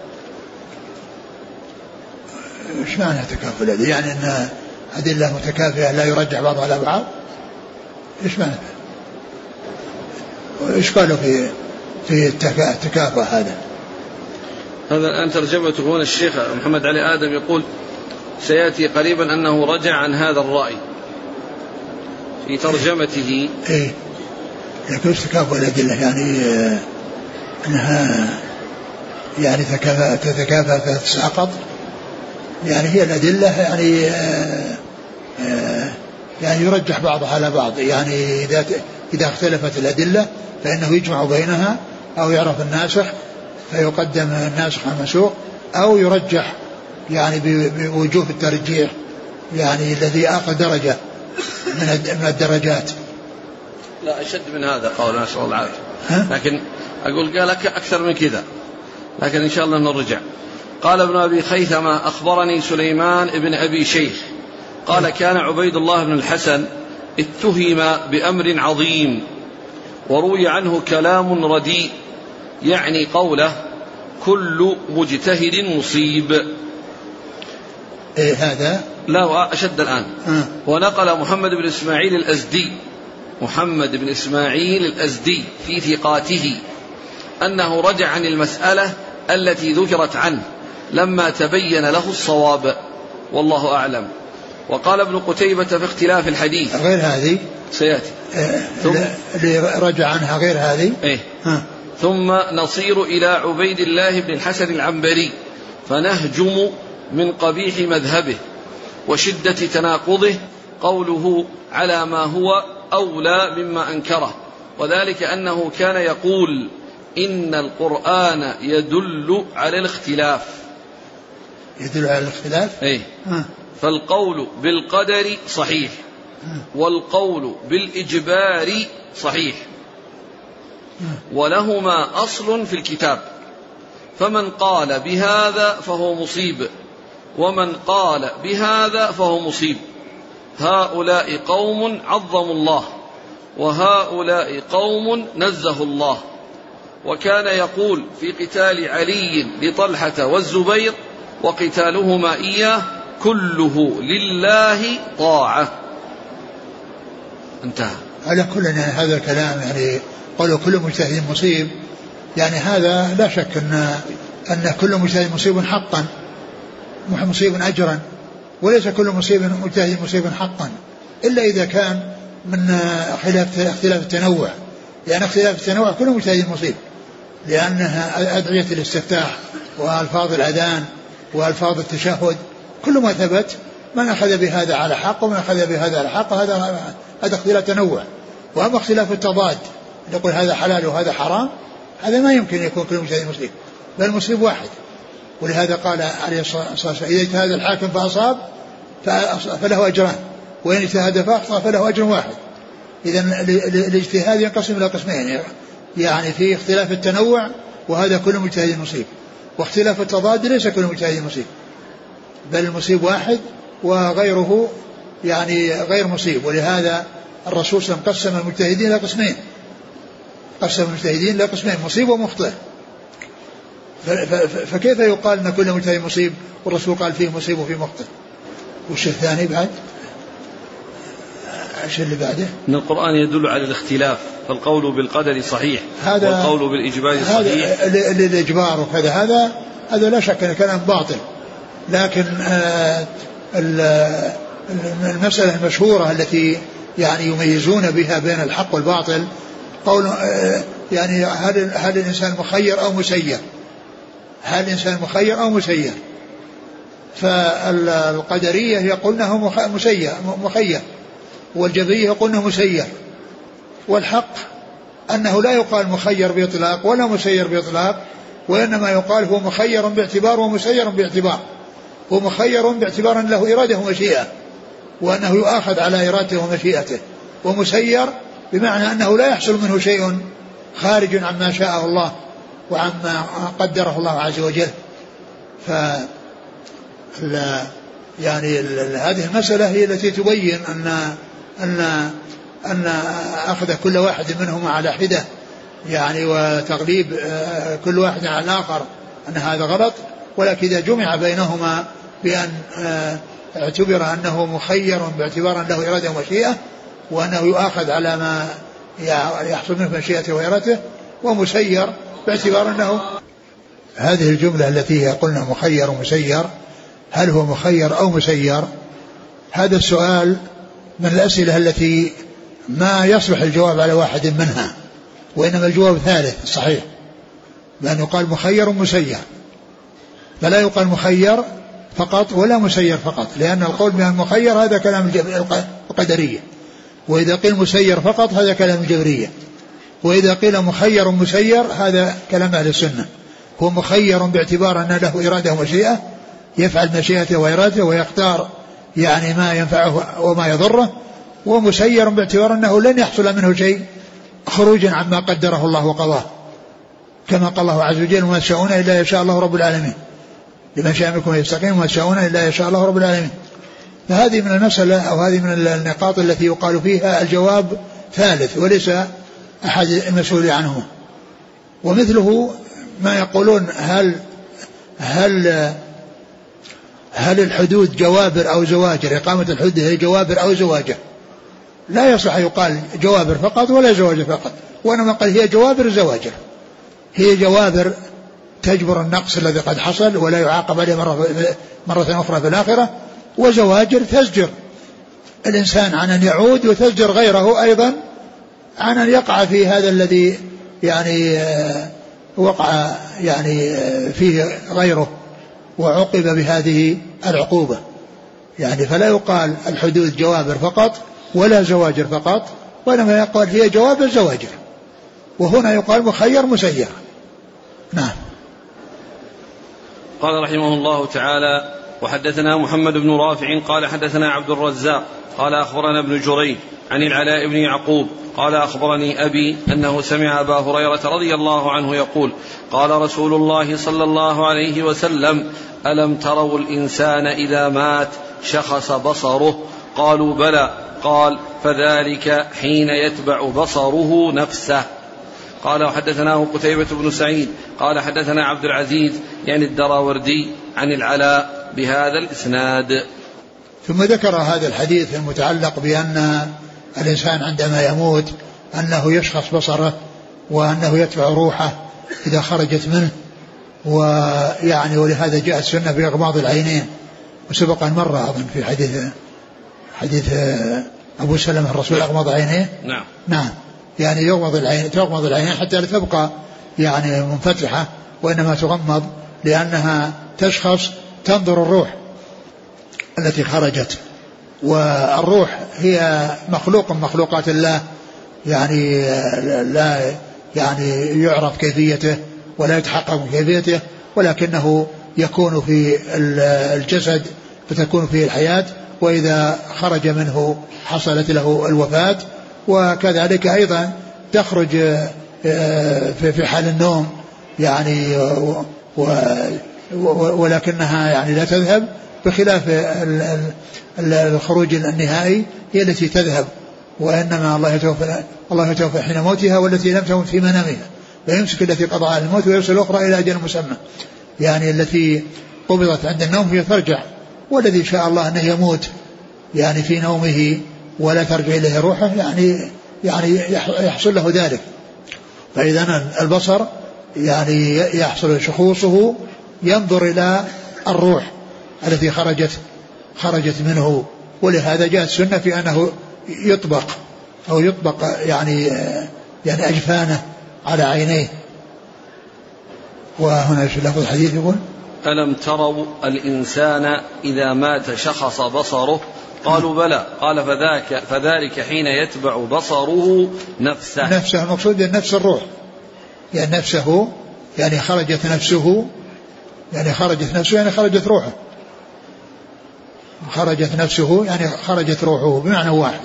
ايش معنى تكافؤ الأدلة؟ يعني أن أدلة متكافئة لا يرجح بعضها على بعض؟ ايش معنى؟ ايش قالوا في في التكافؤ هذا؟ هذا الآن ترجمته هنا الشيخ محمد علي آدم يقول سيأتي قريبا أنه رجع عن هذا الرأي في ترجمته. إيه يكون تكافؤ الأدلة يعني أنها يعني تتكافأ فتساقط، يعني هي الأدلة يعني يعني يرجح بعضها على بعض، يعني إذا إذا اختلفت الأدلة فإنه يجمع بينها أو يعرف الناسخ فيقدم الناسخ على المنسوخ، أو يرجح يعني بوجوه الترجيح يعني الذي آخذ درجة من الدرجات. لا أشد من هذا قول نسأل الله العافية، لكن أقول قال لك أكثر من كذا، لكن إن شاء الله نرجع. قال ابن أبي خيثمة أخبرني سليمان ابن أبي شيخ قال كان عبيد الله بن الحسن اتهم بأمر عظيم وروي عنه كلام رديء، يعني قوله كل مجتهد مصيب. إيه هذا لا أشد الآن. م. ونقل محمد بن إسماعيل الأزدي محمد بن إسماعيل الأزدي في ثقاته أنه رجع عن المسألة التي ذكرت عنه لما تبين له الصواب، والله أعلم. وقال ابن قتيبة في اختلاف الحديث غير هذه سيأتي إيه اللي رجع عنها غير هذه. إيه؟ ثم نصير إلى عبيد الله بن الحسن العنبري فنهجم من قبيح مذهبه وشدة تناقضه قوله على ما هو أولى مما أنكره، وذلك أنه كان يقول إن القرآن يدل على الاختلاف. يدل على الاختلاف؟ إيه؟ فالقول بالقدر صحيح والقول بالإجبار صحيح ولهما أصل في الكتاب، فمن قال بهذا فهو مصيب ومن قال بهذا فهو مصيب. هؤلاء قوم عظموا الله وهؤلاء قوم نزه الله. وكان يقول في قتال علي لطلحة والزبير وقتالهما إياه كله لله طاعة. انتهى. على كل يعني هذا الكلام يعني قالوا كل مجتهد مصيب، يعني هذا لا شك أن أن كل مجتهد مصيب حقا مصيب أجرا، وليس كل مصيب مجتهد مصيب حقا إلا إذا كان من خلاف اختلاف التنوع، لأن اختلاف التنوع كل مجتهد مصيب، لأنها أدعية الاستفتاح وألفاظ الأذان وألفاظ التشهد كل ما ثبت من أخذ بهذا على حق ومن أخذ بهذا على حق، هذا هذا اختلاف تنوع. وأما اختلاف التضاد نقول هذا حلال وهذا حرام، هذا ما يمكن يكون كل مجتهد مصيب، بل المصيب واحد. ولهذا قال عليه الصلاة والسلام إذا اجتهد الحاكم فأصاب فله أجران، وإن اجتهد فأخطأ فله أجر واحد. إذا الاجتهاد ينقسم إلى قسمين، يعني في اختلاف التنوع وهذا كل مجتهد مصيب، واختلاف التضاد ليس كل مجتهد مصيب، بل المصيب واحد وغيره يعني غير مصيب. ولهذا الرسول صلى الله عليه وسلم قسم المجتهدين إلى قسمين، قسم المجتهدين إلى قسمين مصيب ومخطئ. فكيف يقال أن كل مجتهد مصيب والرسول قال فيه مصيب وفيه مخطئ؟ وش الثاني بعد؟ ايش اللي بعده؟ ان القرآن يدل على الاختلاف، فالقول بالقدر صحيح والقول بالإجبار صحيح. هذا الإجبار وكذا هذا هذا لا شك أنه كلام باطل، لكن المسألة المشهورة التي يعني يميزون بها بين الحق والباطل قول يعني هل هل الإنسان مخير أو مسير؟ هل الإنسان مخير أو مسير؟ فالقدرية يقولونه مسير مخير، والجبرية يقولونه مسير. والحق أنه لا يقال مخير بإطلاق ولا مسير بإطلاق، وإنما يقال هو مخير باعتبار ومسير باعتبار. هو مخير باعتبار أن له إرادة ومشيئة، وأنه يؤاخذ على إرادته ومشيئته، ومسير بمعنى أنه لا يحصل منه شيء خارج عما شاءه الله وعما قدره الله عز وجل. ف يعني هذه المسألة هي التي تبين أن أن أن أخذ كل واحد منهما على حدة يعني وتغليب كل واحد على الآخر أن هذا غلط. ولكن إذا جمع بينهما بأن اعتبر أنه مخير باعتبار أن له إرادة ومشيئة، وأنه يؤاخذ على ما يحصل منه مشيئته وإرادته، ومسير باعتبار أنه هذه الجملة التي قلنا مخير ومسير، هل هو مخير أو مسير؟ هذا السؤال من الأسئلة التي ما يصلح الجواب على واحد منها، وإنما الجواب ثالث صحيح، بأن يقال مخير ومسير، فلا يقال مخير فقط ولا مسير فقط، لأن القول بأن مخير هذا كلام القدرية، وإذا قيل مسير فقط هذا كلام الجبرية، وإذا قيل مخير ومسير هذا كلام أهل السنة. هو مخير باعتبار أن له إرادة ومشيئة، يفعل مشيئته وإرادته ويختار يعني ما ينفعه وما يضره، ومسير باعتبار أنه لن يحصل منه شيء خروجا عما قدره الله وقضاه، كما قال الله عز وجل وما تشاءون إلا يشاء الله رب العالمين، لمن شاء منكم يستقيم وما تشاءون إلا يشاء الله رب العالمين. فهذه من المسألة أو هذه من النقاط التي يقال فيها الجواب ثالث وليس أحد المسؤول عنه. ومثله ما يقولون هل هل هل الحدود جوابر أو زواجر؟ إقامة الحدود هي جوابر أو زواجر؟ لا يصح يقال جوابر فقط ولا زواجر فقط، وإنما قال هي جوابر زواجر. هي جوابر تجبر النقص الذي قد حصل ولا يعاقب عليه مرة, مرة أخرى في الآخرة، وزواجر تزجر الإنسان عن أن يعود وتزجر غيره أيضا عن أن يقع في هذا الذي يعني وقع يعني فيه غيره وعوقب بهذه العقوبة. يعني فلا يقال الحدود جوابر فقط ولا زواجر فقط، وإنما يقال هي جوابر زواجر، وهنا يقال مخير مسير. نعم. قال رحمه الله تعالى: وحدثنا محمد بن رافع قال حدثنا عبد الرزاق قال أخبرنا ابن جريج عن العلاء بن يعقوب قال أخبرني أبي أنه سمع أبا هريرة رضي الله عنه يقول: قال رسول الله صلى الله عليه وسلم: ألم تروا الإنسان إذا مات شخص بصره؟ قالوا: بلى. قال: فذلك حين يتبع بصره نفسه. قال: وحدثناه قتيبة بن سعيد قال حدثنا عبد العزيز يعني الدراوردي عن العلاء بهذا الإسناد. ثم ذكر هذا الحديث المتعلق بأن الإنسان عندما يموت أنه يشخص بصره وأنه يتبع روحه إذا خرجت منه، ويعني ولهذا جاءت السنة بإغماض العينين، وسبق أن مر أظن في حديث حديث أبو سلمة الرسول أغمض عينيه. نعم نعم يعني يغمض العين تغمض العينين حتى لا تبقى يعني منفتحة، وإنما تغمض لأنها تشخص تنظر الروح، التي خرجت. والروح هي مخلوق من مخلوقات الله، يعني لا يعني يعرف كيفيته ولا يتحقق كيفيته، ولكنه يكون في الجسد فتكون فيه الحياة، وإذا خرج منه حصلت له الوفاة. وكذلك أيضا تخرج في حال النوم يعني، ولكنها يعني لا تذهب، بخلاف الخروج النهائي هي التي تذهب. وإنما الله يتوفى الله يتوفى حين موتها والتي لم تمت في منامها، فيمسك التي قضى على الموت ويرسل الأخرى إلى أجل مسمى. يعني التي قبضت عند النوم هي ترجع، والذي شاء الله أنه يموت يعني في نومه ولا ترجع إليه روحه يعني يعني يحصل له ذلك. فإذا البصر يعني يحصل شخوصه ينظر إلى الروح التي خرجت خرجت منه. ولهذا جاءت السنة في أنه يطبق أو يطبق يعني يعني أجفانه على عينيه. وهنا في لفظ الحديث يقول: ألم تروا الإنسان إذا مات شخص بصره؟ قالوا بلى. قال: فذاك فذلك حين يتبع بصره نفسه. نفسه المقصود نفس الروح، يعني نفسه يعني خرجت نفسه يعني خرجت نفسه يعني خرجت روحه، خرجت نفسه يعني خرجت روحه بمعنى واحد.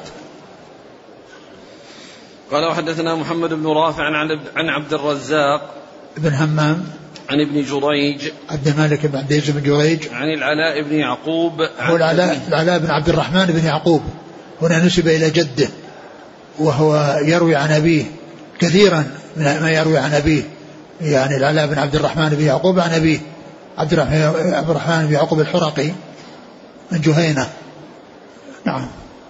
قال: وحدثنا محمد بن رافع عن عبد الرزاق بن همام عن ابن جريج عبد الملك بن عبد العزيز بن جريج عن العلاء بن يعقوب هو العلاء, العلاء بن عبد الرحمن بن يعقوب، هنا نسب إلى جده، وهو يروي عن أبيه كثيرا من ما يروي عن أبيه، يعني العلاء بن عبد الرحمن بن يعقوب عن أبيه عبد الرحمن بن يعقوب الحرقي من جهينة. نعم.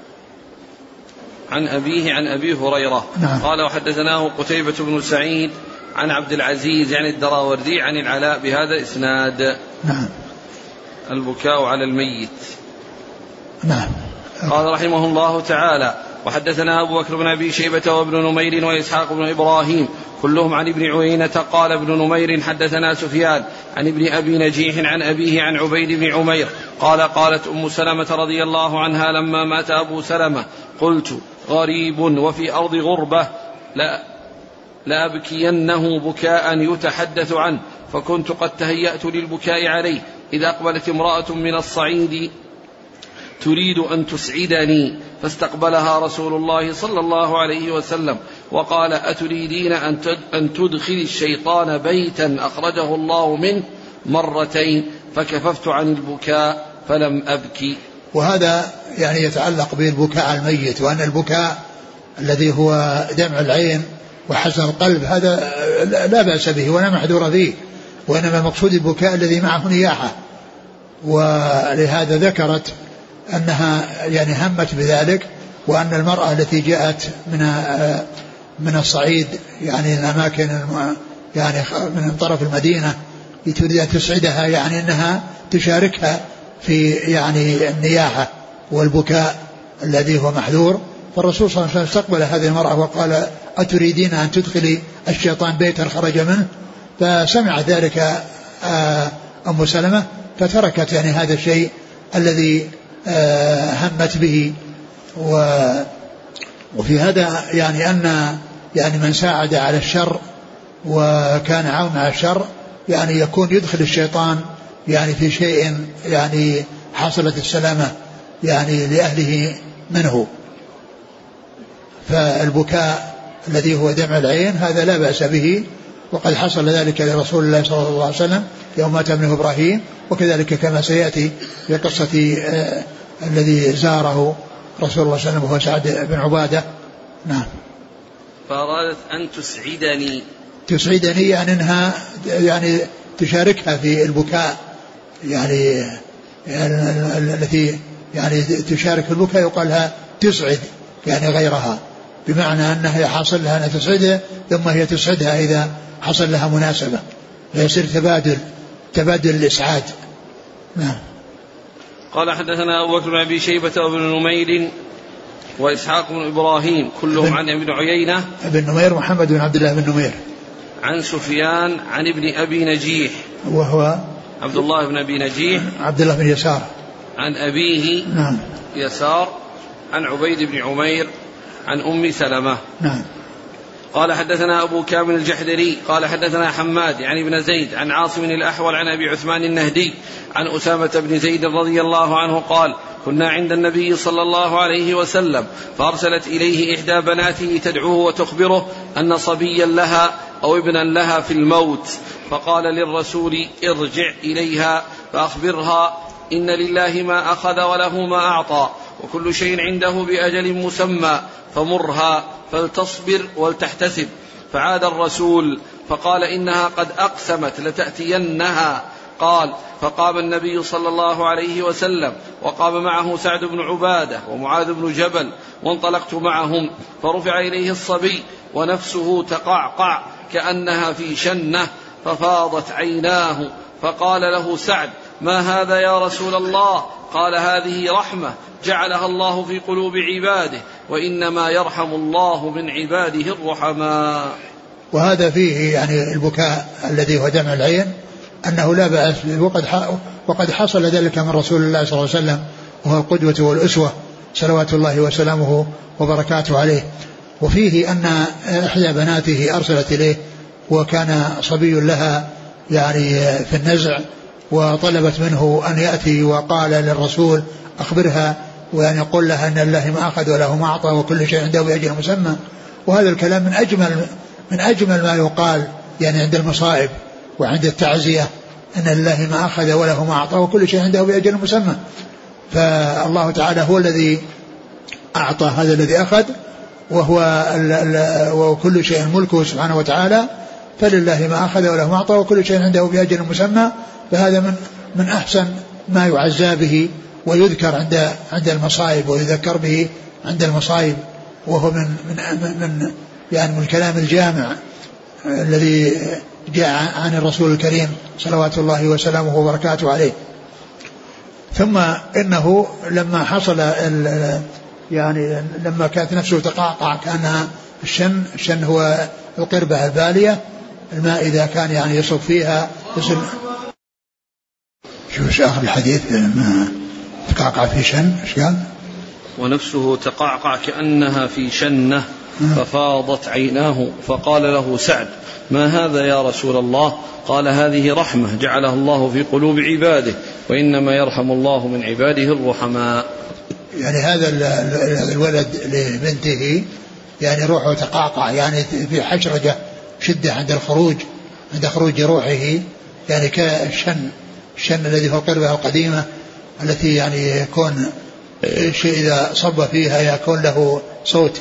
عن أبيه عن أبي هريرة. نعم. قال: وحدثناه قتيبة بن سعيد عن عبد العزيز يعني الدراوردي عن العلاء بهذا الإسناد. نعم. البكاء على الميت. نعم. قال رحمه الله تعالى: وحدثنا أبو بكر بن أبي شيبة وابن نمير وإسحاق بن إبراهيم كلهم عن ابن عيينة. قال ابن نمير: حدثنا سفيان عن ابن أبي نجيح عن أبيه عن عبيد بن عمير قال: قالت أم سلمة رضي الله عنها لما مات أبو سلمة: قلت غريب وفي أرض غربة لا لأبكينه بكاء يتحدث عنه، فكنت قد تهيأت للبكاء عليه إذا أقبلت امرأة من الصعيد تريد أن تسعدني، فاستقبلها رسول الله صلى الله عليه وسلم وقال: أتريدين أن تدخل الشيطان بيتا أخرجه الله منه؟ مرتين، فكففت عن البكاء فلم أبكي. وهذا يعني يتعلق بالبكاء على الميت، وأن البكاء الذي هو دمع العين وحزن القلب هذا لا بأس به ولا محذور فيه، وإنما المقصود البكاء الذي معه نياحة. ولهذا ذكرت أنها يعني همت بذلك، وأن المرأة التي جاءت من من الصعيد يعني الأماكن يعني من طرف المدينة تريد أن تسعدها، يعني أنها تشاركها في يعني النياحة والبكاء الذي هو محذور. فالرسول صلى الله عليه وسلم استقبل هذه المرأة وقال: أتريدين أن تدخلي الشيطان بيتا خرج منه؟ فسمع ذلك أم سلمة فتركت يعني هذا الشيء الذي همت به. وفي هذا يعني أن يعني من ساعد على الشر وكان عون على الشر يعني يكون يدخل الشيطان يعني في شيء يعني حصلت السلامة يعني لأهله منه. فالبكاء الذي هو دمع العين هذا لا بأس به، وقد حصل ذلك لرسول الله صلى الله عليه وسلم يوم مات ابنه إبراهيم، وكذلك كما سيأتي في قصة آه الذي زاره رسول الله صلى الله عليه وسلم وهو سعد بن عبادة. نعم. فأرادت أن تسعدني تسعدني يعني أنها يعني تشاركها في البكاء، يعني التي يعني تشارك في البكاء يقال لها تسعد يعني غيرها، بمعنى أنها حصل لها أن تسعدها ثم هي تسعدها إذا حصل لها مناسبة، فيصير تبادل تبادل الإسعاد. نعم. قال: حدثنا أبو بكر بن أبي شيبة وابن نمير وإسحاق بن إبراهيم كلهم عن ابن عيينة. ابن نمير محمد بن عبد الله بن نمير. عن سفيان عن ابن أبي نجيح وهو عبد الله بن أبي نجيح عبد الله بن يسار. عن أبيه نعم. يسار عن عبيد بن عمير عن أم سلمة. نعم. قال حدثنا أبو كامل الجحدري قال حدثنا حماد يعني بن زيد عن عاصم الأحول عن أبي عثمان النهدي عن أسامة بن زيد رضي الله عنه قال كنا عند النبي صلى الله عليه وسلم فأرسلت إليه إحدى بناته تدعوه وتخبره أن صبيا لها أو ابنا لها في الموت، فقال للرسول ارجع إليها فأخبرها إن لله ما أخذ وله ما أعطى وكل شيء عنده بأجل مسمى فمرها فلتصبر ولتحتسب. فعاد الرسول فقال إنها قد أقسمت لتأتينها. قال فقام النبي صلى الله عليه وسلم وقام معه سعد بن عبادة ومعاذ بن جبل وانطلقت معهم فرفع إليه الصبي ونفسه تقعقع كأنها في شنة ففاضت عيناه، فقال له سعد ما هذا يا رسول الله؟ قال هذه رحمة جعلها الله في قلوب عباده وإنما يرحم الله من عباده الرحماء. وهذا فيه يعني البكاء الذي هو دمع العين أنه لا بأس، وقد وقد حصل ذلك من رسول الله صلى الله عليه وسلم وهو القدوة والأسوة صلوات الله وسلامه وبركاته عليه. وفيه أن إحدى بناته أرسلت إليه وكان صبي لها يعني في النزع وطلبت منه أن يأتي وقال للرسول أخبرها وأن يقول لها أن الله ما أخذ وله ما أعطى وكل شيء عنده بأجل مسمى. وهذا الكلام من أجمل من أجمل ما يقال يعني عند المصائب وعند التعزية أن الله ما أخذ وله ما أعطى وكل شيء عنده بأجل مسمى. فالله تعالى هو الذي أعطى هذا الذي أخذ وهو وكل شيء ملكه سبحانه وتعالى، فلله ما أخذ وله ما أعطى وكل شيء عنده بأجل مسمى. فهذا من من أحسن ما يعزى به ويذكر عند عند المصائب ويذكر به عند المصائب، وهو من من من يعني من الكلام الجامع الذي جاء عن الرسول الكريم صلوات الله وسلامه وبركاته عليه. ثم إنه لما حصل يعني لما كانت نفسه تقعقع كأنها الشن الشن هو القربة البالية، الماء إذا كان يعني يصب فيها يصل. شو آخر الحديث؟ لما تقعقع في شن ايش قال؟ ونفسه تقعقع كأنها في شنة ففاضت عيناه، فقال له سعد ما هذا يا رسول الله؟ قال هذه رحمة جعلها الله في قلوب عباده وإنما يرحم الله من عباده الرحماء. يعني هذا الولد لبنته يعني روحه تقعقع يعني في حشرجة شدة عند الخروج عند خروج روحه، يعني كالشن الشن الذي هو القربة القديمة التي يعني يكون شيء إذا صب فيها يكون له صوت،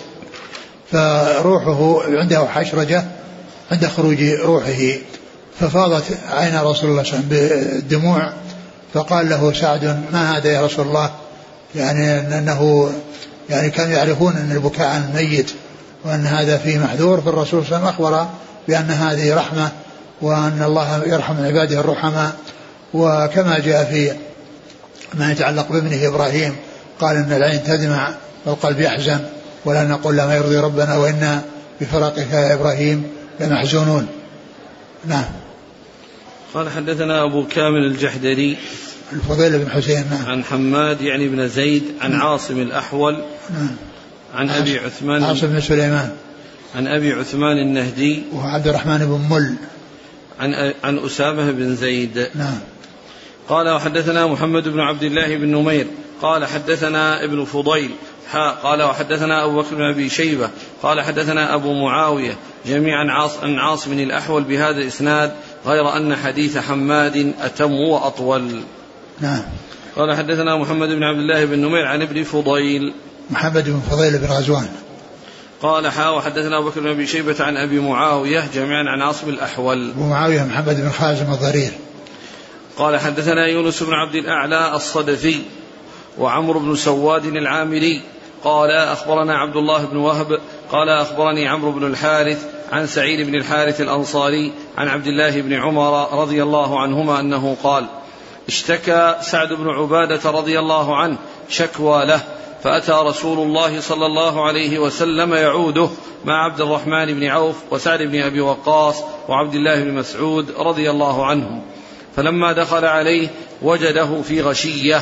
فروحه عنده حشرجة عند خروج روحه. ففاضت عين رسول الله صلى الله عليه وسلم بالدموع، فقال له سعد ما هذا يا رسول الله؟ يعني أنه يعني كانوا يعرفون أن البكاء عن الميت وأن هذا فيه محذور، فالرسول صلى الله عليه وسلم أخبر بأن هذه رحمة وأن الله يرحم عباده الرحماء. وكما جاء في ما يتعلق بابنه إبراهيم قال إن العين تدمع والقلب يحزن ولا نقول لا ما يرضي ربنا وإنا بفراقك يا إبراهيم لمحزونون. نعم. قال حدثنا أبو كامل الجحدري الفضيل بن حسين نعم. عن حماد يعني بن زيد عن نعم. عاصم الأحول نعم. عن أبي عثمان عاصم بن سليمان عن أبي عثمان النهدي وهو عبد الرحمن بن مل عن عن أسامة بن زيد. نعم. قال وحدثنا محمد بن عبد الله بن نمير قال حدثنا ابن فضيل حا قال وحدثنا أبو بكر بن أبي شيبة قال حدثنا أبو معاوية جميعا عن عاصم الأحول بهذا الإسناد غير أن حديث حماد أتم وأطول. نعم. قال حدثنا محمد بن عبد الله بن نمير عن ابن فضيل محمد بن فضيل بن غزوان قال حا وحدثنا أبو بكر بن أبي شيبة عن أبي معاوية جميعا عن عاصم الأحول. أبو معاوية محمد بن خازم الضرير. قال حدثنا يونس بن عبد الأعلى الصدفي وعمرو بن سواد العامري قال أخبرنا عبد الله بن وهب قال أخبرني عمرو بن الحارث عن سعيد بن الحارث الأنصاري عن عبد الله بن عمر رضي الله عنهما أنه قال اشتكى سعد بن عبادة رضي الله عنه شكوى له فأتى رسول الله صلى الله عليه وسلم يعوده مع عبد الرحمن بن عوف وسعد بن أبي وقاص وعبد الله بن مسعود رضي الله عنهم، فلما دخل عليه وجده في غشية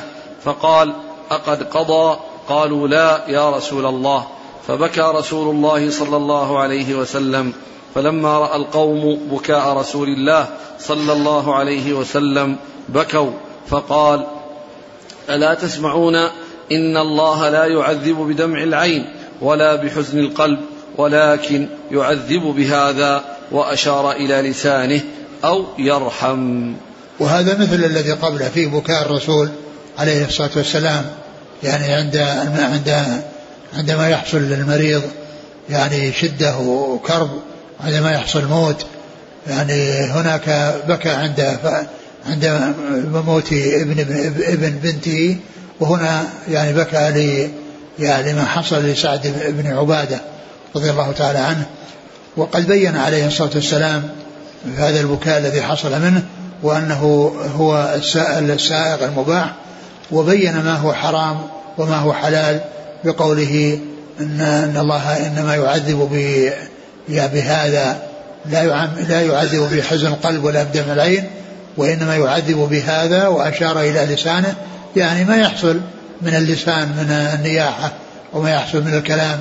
فقال: أقد قضى؟ قالوا: لا يا رسول الله. فبكى رسول الله صلى الله عليه وسلم. فلما رأى القوم بكاء رسول الله صلى الله عليه وسلم بكوا، فقال: ألا تسمعون؟ إن الله لا يعذب بدمع العين ولا بحزن القلب، ولكن يعذب بهذا، وأشار إلى لسانه، أو يرحم. وهذا مثل الذي قبله فيه بكاء الرسول عليه الصلاة والسلام، يعني عند عند عندما يحصل للمريض يعني شدة وكرب، عندما يحصل موت، يعني هناك بكى عند عند موت ابن ابن بنته، وهنا يعني بكى لي يعني ما حصل لسعد بن عبادة رضي الله تعالى عنه. وقد بين عليه الصلاة والسلام هذا البكاء الذي حصل منه، وأنه هو السائغ المباح، وبين ما هو حرام وما هو حلال بقوله إن, إن الله إنما يعذب بهذا، لا يعذب بحزن القلب ولا بدمع العين، وإنما يعذب بهذا، وأشار إلى لسانه، يعني ما يحصل من اللسان من النياحة، وما يحصل من الكلام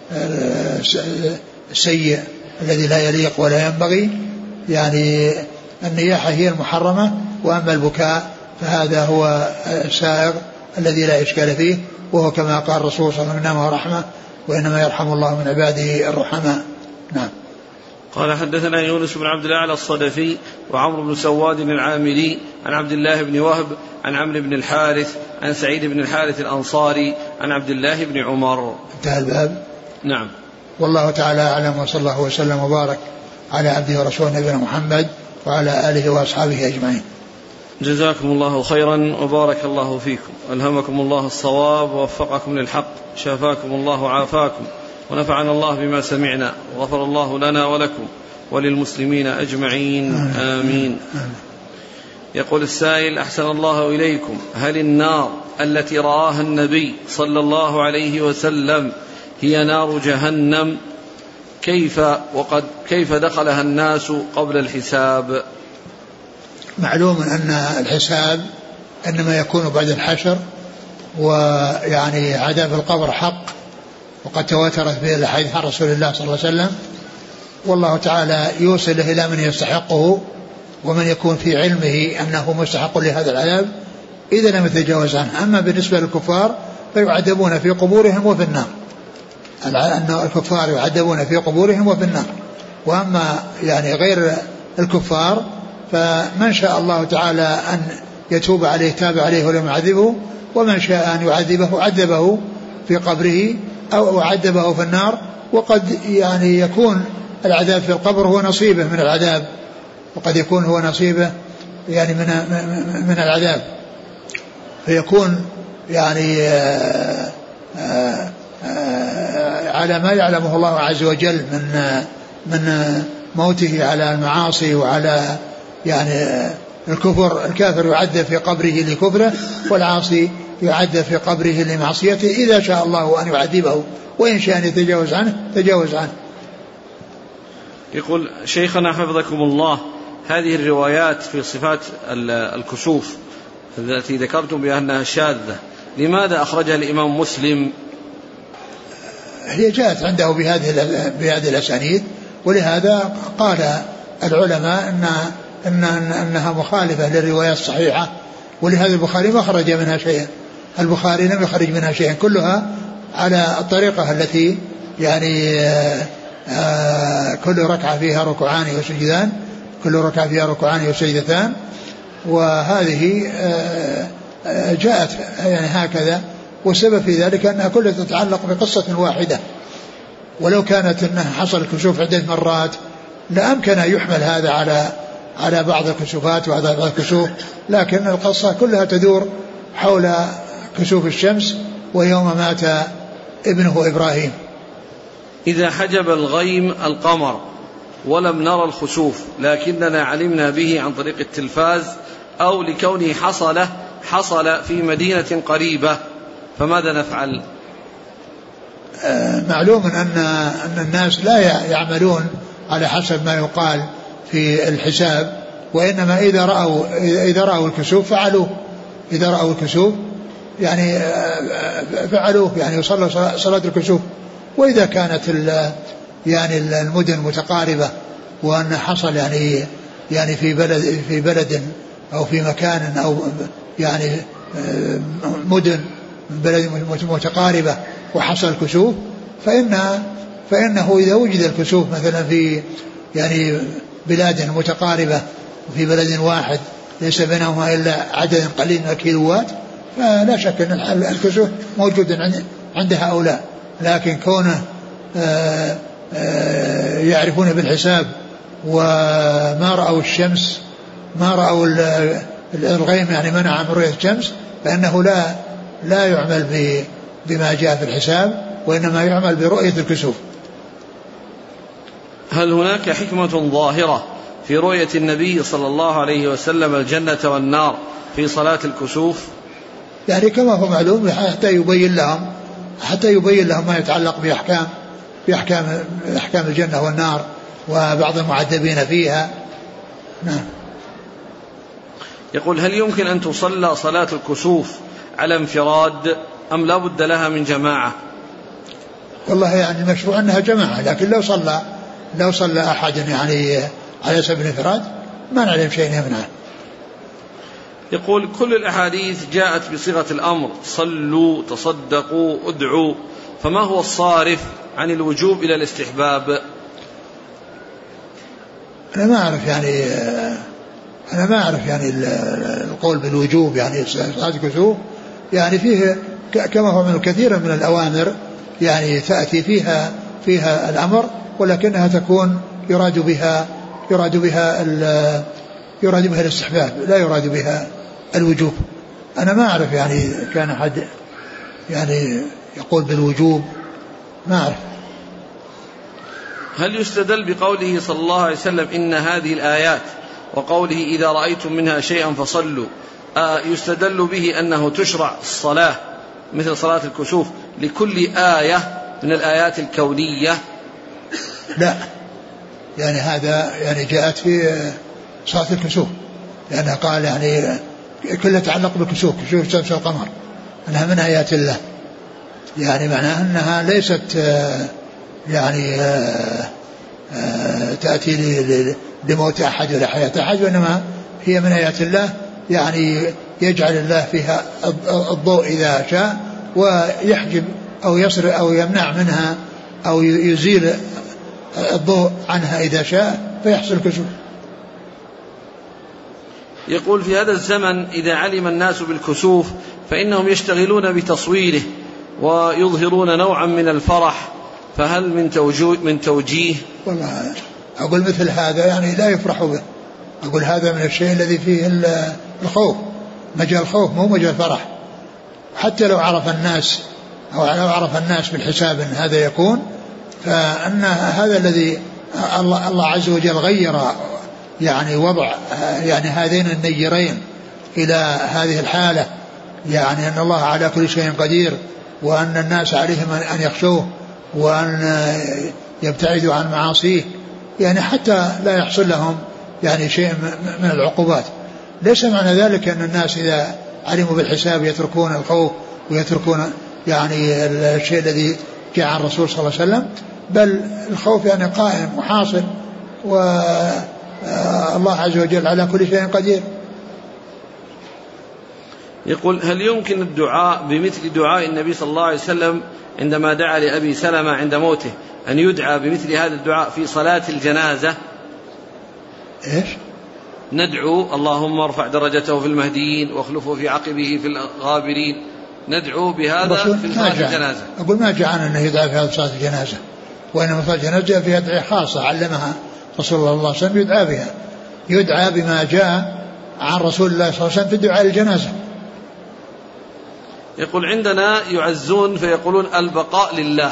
السيء الذي لا يليق ولا ينبغي، يعني النياحة هي المحرمة، وأما البكاء فهذا هو السائغ الذي لا إشكال فيه، وهو كما قال الرسول صلى الله عليه وسلم: إنما رحمة وإنما يرحم الله من عباده الرحماء. نعم. قال: حدثنا يونس بن عبد الأعلى الصدفي وعمرو بن سواد العامري عن عبد الله بن وهب عن عمرو بن الحارث عن سعيد بن الحارث الأنصاري عن عبد الله بن عمر. انتهى الباب. نعم. والله تعالى أعلم، وصلى الله وسلم وبارك على عبده ورسوله نبينا محمد وعلى آله وأصحابه أجمعين. جزاكم الله خيرا وبارك الله فيكم، ألهمكم الله الصواب ووفقكم للحق، شافاكم الله وعافاكم، ونفعنا الله بما سمعنا، وغفر الله لنا ولكم وللمسلمين أجمعين، آمين. يقول السائل: أحسن الله إليكم، هل النار التي رآها النبي صلى الله عليه وسلم هي نار جهنم؟ كيف وقد كيف دخلها الناس قبل الحساب؟ معلوم أن الحساب إنما يكون بعد الحشر، ويعني عذاب القبر حق، وقد تواترت به الأحاديث عن رسول الله صلى الله عليه وسلم، والله تعالى يوصله إلى من يستحقه ومن يكون في علمه أنه مستحق لهذا العذاب إذا لم يتجاوز عنه. أما بالنسبة للكفار فيعذبون في قبورهم وفي النار، أن الكفار يعذبون في قبورهم وفي النار. وأما يعني غير الكفار فمن شاء الله تعالى أن يتوب عليه تاب عليه ولم يعذبه، ومن شاء أن يعذبه عذبه في قبره أو عذبه في النار. وقد يعني يكون العذاب في القبر هو نصيبه من العذاب، وقد يكون هو نصيبه يعني من من العذاب، فيكون يعني آآ آآ على ما يعلمه الله عز وجل من من موته على المعاصي وعلى يعني الكفر. الكافر يعذب في قبره لكفره، والعاصي يعذب في قبره لمعصيته، إذا شاء الله أن يعذبه، وإن شاء أن يتجاوز عنه تجاوز عنه. يقول: شيخنا حفظكم الله، هذه الروايات في صفات الكسوف التي ذكرتم بأنها شاذة، لماذا أخرجها الإمام مسلم؟ هي جاءت عنده بهذه بهذه الأسانيد، ولهذا قال العلماء إنها, إنها, إنها مخالفة للروايات الصحيحة، ولهذا البخاري ما خرج منها شيئا. البخاري لم يخرج منها شيئا، كلها على الطريقة التي يعني آآ آآ كل ركعة فيها ركوعان وسجدان، كل ركعة فيها ركوعان وسجدتان، وهذه جاءت يعني هكذا. والسبب في ذلك أنها كلها تتعلق بقصة واحدة، ولو كانت أنها حصل الكسوف عدة مرات لأمكن يحمل هذا على على بعض الكسوفات وعلى بعض الكسوف، لكن القصة كلها تدور حول كسوف الشمس ويوم مات ابنه إبراهيم. إذا حجب الغيم القمر ولم نرى الخسوف لكننا علمنا به عن طريق التلفاز أو لكونه حصل حصل في مدينة قريبة، فماذا نفعل؟ معلوم أن أن الناس لا يعملون على حسب ما يقال في الحساب، وإنما إذا رأوا إذا رأوا الكسوف فعلوا، إذا رأوا الكسوف يعني فعلوه يعني يصلوا صلاة الكسوف. وإذا كانت يعني المدن متقاربة وأن حصل يعني يعني في بلد في بلد أو في مكان أو يعني مدن بلد متقاربة وحصل الكسوف فإن فإنه إذا وجد الكسوف مثلا في يعني بلاد متقاربة وفي بلد واحد ليس بينهما إلا عدد قليل من الكيلوات فلا شك أن الكسوف موجود عند هؤلاء. لكن كونه آآ آآ يعرفون بالحساب وما رأوا الشمس ما رأوا الغيم يعني منع من رؤية الشمس فإنه لا لا يعمل بما جاء في الحساب وإنما يعمل برؤية الكسوف. هل هناك حكمة ظاهرة في رؤية النبي صلى الله عليه وسلم الجنة والنار في صلاة الكسوف؟ يعني كما هو معلوم حتى يبين لهم حتى يبين لهم ما يتعلق بأحكام بأحكام أحكام الجنة والنار وبعض المعذبين فيها. نعم. يقول هل يمكن أن تصلى صلاة الكسوف على انفراد أم لا بد لها من جماعة؟ والله يعني مشروع أنها جماعة لكن لو صلى لو صلى أحد يعني على سبيل الانفراد ما نعلم شيء يمنعه. يقول كل الأحاديث جاءت بصيغة الأمر صلوا تصدقوا ادعوا فما هو الصارف عن الوجوب إلى الاستحباب؟ أنا ما أعرف يعني أنا ما أعرف يعني القول بالوجوب يعني صلاة الكسوف يعني فيه كما هو من كثير من الأوامر يعني تأتي فيها فيها الأمر ولكنها تكون يراد بها يراد بها يراد بها الاستحباب لا يراد بها الوجوب. أنا ما أعرف يعني كان أحد يعني يقول بالوجوب ما أعرف. هل يستدل بقوله صلى الله عليه وسلم إن هذه الآيات وقوله إذا رأيتم منها شيئا فصلوا آه يستدل به أنه تشرع الصلاة مثل صلاة الكسوف لكل آية من الآيات الكونية؟ لا يعني هذا يعني جاءت في صلاة الكسوف لأنها قال يعني كلها تتعلق بالكسوف كسوف الشمس والقمر أنها من آيات الله يعني معناها أنها ليست يعني تأتي لموت أحد ولا حياة أحد وإنما هي من آيات الله يعني يجعل الله فيها الضوء إذا شاء ويحجب أو يصرف أو يمنع منها أو يزيل الضوء عنها إذا شاء فيحصل كسوف. يقول في هذا الزمن إذا علم الناس بالكسوف فإنهم يشتغلون بتصويره ويظهرون نوعا من الفرح فهل من توجيه, من توجيه؟ والله أقول مثل هذا يعني لا يفرح به. أقول هذا من الشيء الذي فيه الخوف مجال الخوف مو مجال فرح. حتى لو عرف الناس أو لو عرف الناس بالحساب أن هذا يكون فأن هذا الذي الله, الله عز وجل غير يعني وضع يعني هذين النيرين إلى هذه الحالة يعني أن الله على كل شيء قدير وأن الناس عليهم أن يخشوه وأن يبتعدوا عن معاصيه يعني حتى لا يحصل لهم يعني شيء من العقوبات. ليس معنى ذلك أن الناس إذا علموا بالحساب يتركون الخوف ويتركون يعني الشيء الذي جاء عن الرسول صلى الله عليه وسلم بل الخوف يعني قائم وحاصل والله عز وجل على كل شيء قدير. يقول هل يمكن الدعاء بمثل دعاء النبي صلى الله عليه وسلم عندما دعا لأبي سلمة عند موته أن يدعى بمثل هذا الدعاء في صلاة الجنازة؟ إيش؟ ندعو اللهم ارفع درجته في المهديين واخلفه في عقبه في الغابرين ندعو بهذا في صلاة الجنازة. أقول ما جاءنا أنه يدعى في هذا صلاة الجنازة وإنما صلاة الجنازة فيها أدعية خاصة علمها رسول الله صلى الله عليه وسلم يدعى بها يدعى بما جاء عن رسول الله صلى الله عليه وسلم في الدعاء للجنازة. يقول عندنا يعزون فيقولون البقاء لله.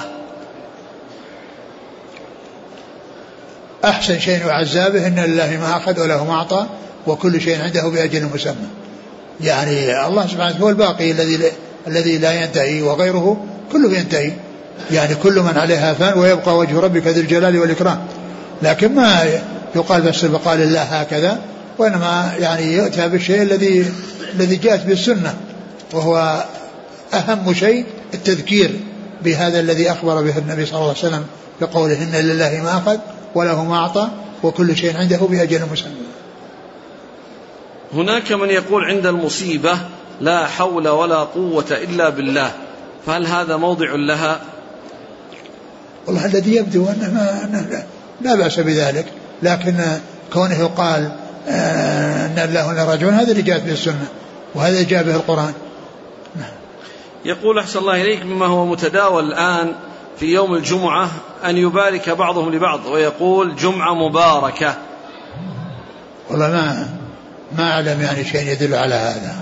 أحسن شيء يعزى به إن لله ما أخذ وله ما أعطى وكل شيء عنده بأجل مسمى. يعني الله سبحانه هو الباقي الذي الذي لا ينتهي وغيره كله ينتهي يعني كل من عليها فان ويبقى وجه ربك ذي الجلال والإكرام. لكن ما يقال بس البقاء لله هكذا وإنما يعني يؤتى بالشيء الذي الذي جاءت بالسنة وهو أهم شيء التذكير بهذا الذي أخبر به النبي صلى الله عليه وسلم بقوله إن لله ما أخذ وله ما أعطى وكل شيء عنده بأجل مسمى. هناك من يقول عند المصيبة لا حول ولا قوة إلا بالله، فهل هذا موضع لها؟ والله الذي يبدو أنه, ما أنه لا بأس بذلك، لكن كونه يقال أن الله لا راجعون هذا اللي جاءت به السنة وهذا جاء به القرآن. يقول أحسن الله إليك مما هو متداول الآن في يوم الجمعة أن يبارك بعضهم لبعض ويقول جمعة مباركة. والله ما ما أعلم يعني شيء يدل على هذا.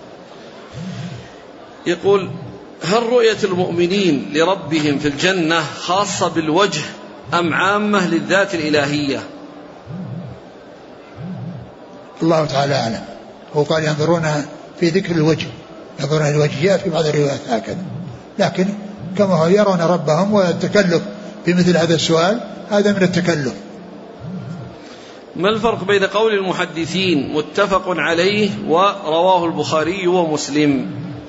يقول هل رؤية المؤمنين لربهم في الجنة خاصة بالوجه أم عامة للذات الإلهية؟ الله تعالى أعلم. هو قال ينظرون في ذكر الوجه، ينظرون الوجه جاء في بعض الروايات هكذا، لكن كما هو يرون ربهم، والتكلف بمثل هذا السؤال هذا من التكلف. ما الفرق بين قول المحدثين متفق عليه ورواه البخاري ومسلم؟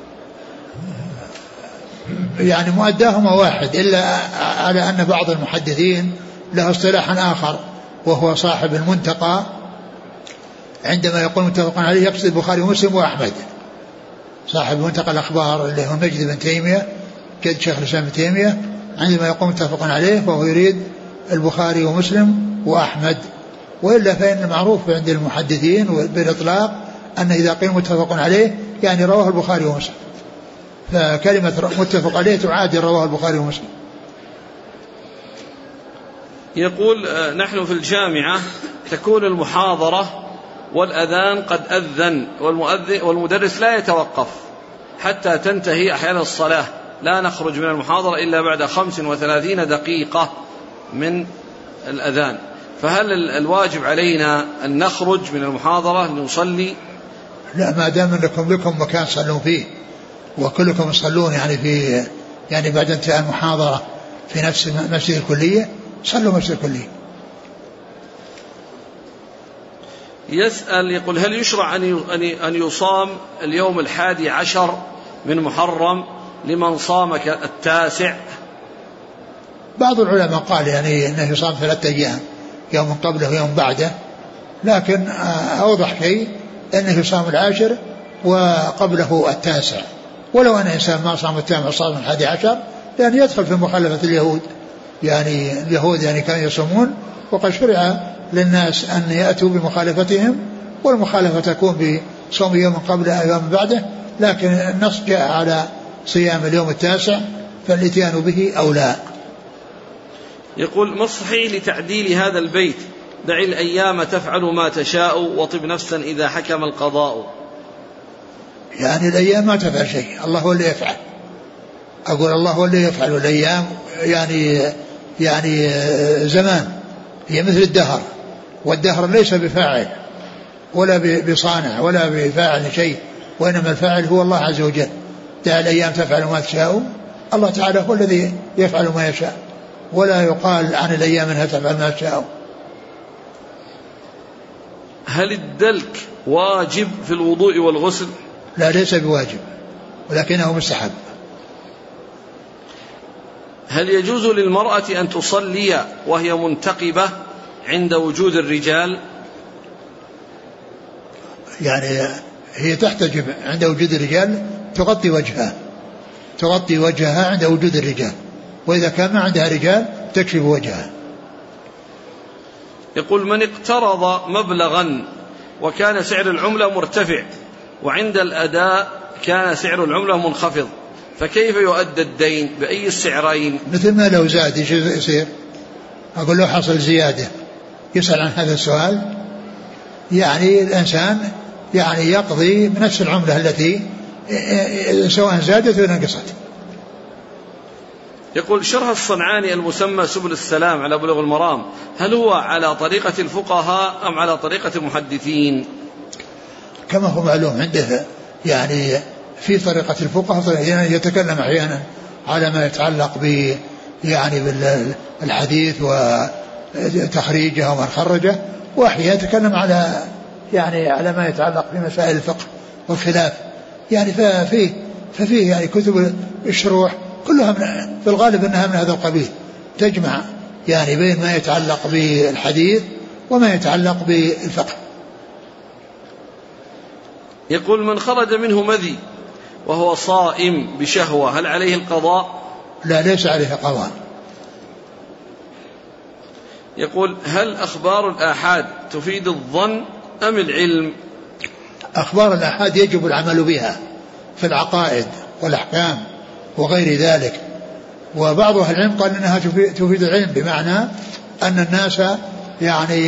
يعني مؤداهما واحد، إلا على أن بعض المحدثين له اصطلاحا آخر وهو صاحب المنتقى، عندما يقول متفق عليه يقصد البخاري ومسلم وأحمد. صاحب منتقى الأخبار اللي هو مجد بن تيمية جد شيخ الإسلام ابن تيمية، عندما يقول متفق عليه فهو يريد البخاري ومسلم وأحمد. وإلا فإن المعروف عند المحدثين بالإطلاق أن إذا قيل متفق عليه يعني رواه البخاري ومسلم، فكلمة متفق عليه تعادل رواه البخاري ومسلم. يقول نحن في الجامعة تكون المحاضرة والأذان قد أذن والمدرس لا يتوقف حتى تنتهي أحيانا الصلاة، لا نخرج من المحاضرة إلا بعد خمس وثلاثين دقيقة من الأذان، فهل الواجب علينا أن نخرج من المحاضرة لنصلي؟ لا، ما دام أنكم لكم مكان صلوا فيه وكلكم يصلون يعني في يعني بعد انتهاء المحاضرة في نفس مسجد الكلية صلوا مسجد الكلية. يسأل يقول هل يشرع أن يصام اليوم الحادي عشر من محرم لمن صام التاسع؟ بعض العلماء قال يعني أنه يصام ثلاثة أيام، يوم قبله ويوم بعده، لكن أوضح شيء أنه يصام العاشر وقبله التاسع، ولو أن إنسان ما صام التاسع صام الحادي عشر لأن يدخل في مخالفة اليهود، يعني اليهود يعني كانوا يصومون وقد شرع للناس أن يأتوا بمخالفتهم، والمخالفة تكون بصوم يوم قبله أو يوم بعده، لكن النص جاء على صيام اليوم التاسع فالاتيان به أولى. يقول ما الصحيح لتعديل هذا البيت دع الأيام تفعل ما تشاء وطب نفسا إذا حكم القضاء؟ يعني الأيام ما تفعل شيء، الله هو اللي يفعل. أقول الله هو اللي يفعل، والأيام يعني يعني زمان هي مثل الدهر، والدهر ليس بفاعل ولا بصانع ولا بفاعل شيء، وإنما الفاعل هو الله عز وجل. دع الأيام تفعل ما تشاء، الله تعالى هو الذي يفعل ما يشاء، ولا يقال عن الأيام أنها تفعل ما تشاء. هل الدلك واجب في الوضوء والغسل؟ لا، ليس بواجب ولكنه مستحب. هل يجوز للمرأة أن تصلي وهي منتقبة عند وجود الرجال؟ يعني هي تحتجب عند وجود الرجال، تغطي وجهها تغطي وجهها عند وجود الرجال، وإذا كان ما عندها رجال تكشف وجهها. يقول من اقترض مبلغا وكان سعر العملة مرتفع وعند الأداء كان سعر العملة منخفض، فكيف يؤدى الدين بأي السعرين؟ مثل ما لو زاد ايش يصير؟ أقول له حصل زيادة، يسأل عن هذا السؤال. يعني الإنسان يعني يقضي بنفس العملة التي سواء زادت أو نقصت. يقول شرح الصنعاني المسمى سبل السلام على بلوغ المرام هل هو على طريقة الفقهاء أم على طريقة المحدثين؟ كما هو معلوم عنده يعني في طريقة الفقهاء، يعني يتكلم أحيانا على ما يتعلق ب يعني بالحديث وتخريجه ومن خرجه، وأحيانا يتكلم على يعني على ما يتعلق بمسائل الفقه والخلاف. يعني ففي ففيه يعني كتب الشروح كلها من في الغالب أنها من هذا القبيل، تجمع يعني بين ما يتعلق بالحديث وما يتعلق بالفقه. يقول: من خرج منه مذي وهو صائم بشهوة هل عليه القضاء؟ لا، ليس عليه قضاء. يقول: هل أخبار الآحاد تفيد الظن أم العلم؟ أخبار الآحاد يجب العمل بها في العقائد والأحكام وغير ذلك، وبعض أهل العلم قال إنها تفيد العلم، بمعنى أن الناس يعني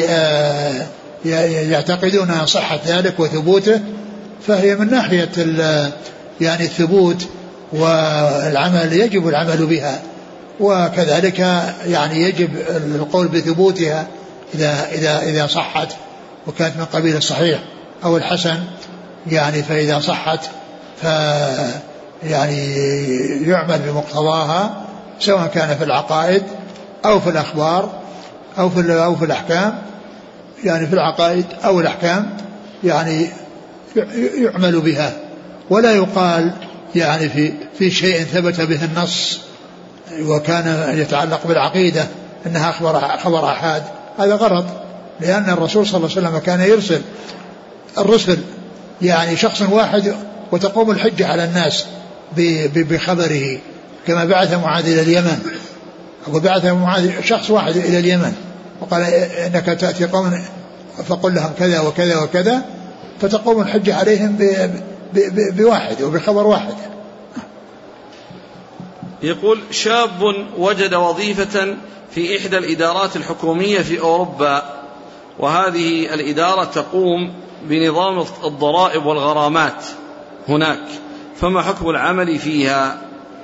يعتقدون صحة ذلك وثبوته، فهي من ناحية يعني الثبوت والعمل يجب العمل بها، وكذلك يعني يجب القول بثبوتها إذا إذا إذا صحت وكانت من قبيل الصحيح أو الحسن، يعني فإذا صحت ف يعني يعمل بمقتضاها سواء كان في العقائد أو في الأخبار أو في أو في الأحكام، يعني في العقائد أو الأحكام يعني يعمل بها، ولا يقال يعني في في شيء ثبت به النص وكان يتعلق بالعقيدة أنها خبر خبر أحد، هذا غلط، لأن الرسول صلى الله عليه وسلم كان يرسل الرسل يعني شخص واحد وتقوم الحجة على الناس بخبره، كما بعث معاذ إلى اليمن، وبعث معاذ شخص واحد إلى اليمن وقال إنك تأتي قوم فقل لهم كذا وكذا وكذا، فتقوم الحجة عليهم بواحد وبخبر واحد. يقول: شاب وجد وظيفة في إحدى الإدارات الحكومية في أوروبا، وهذه الإدارة تقوم بنظام الضرائب والغرامات هناك، فما حكم العمل فيها؟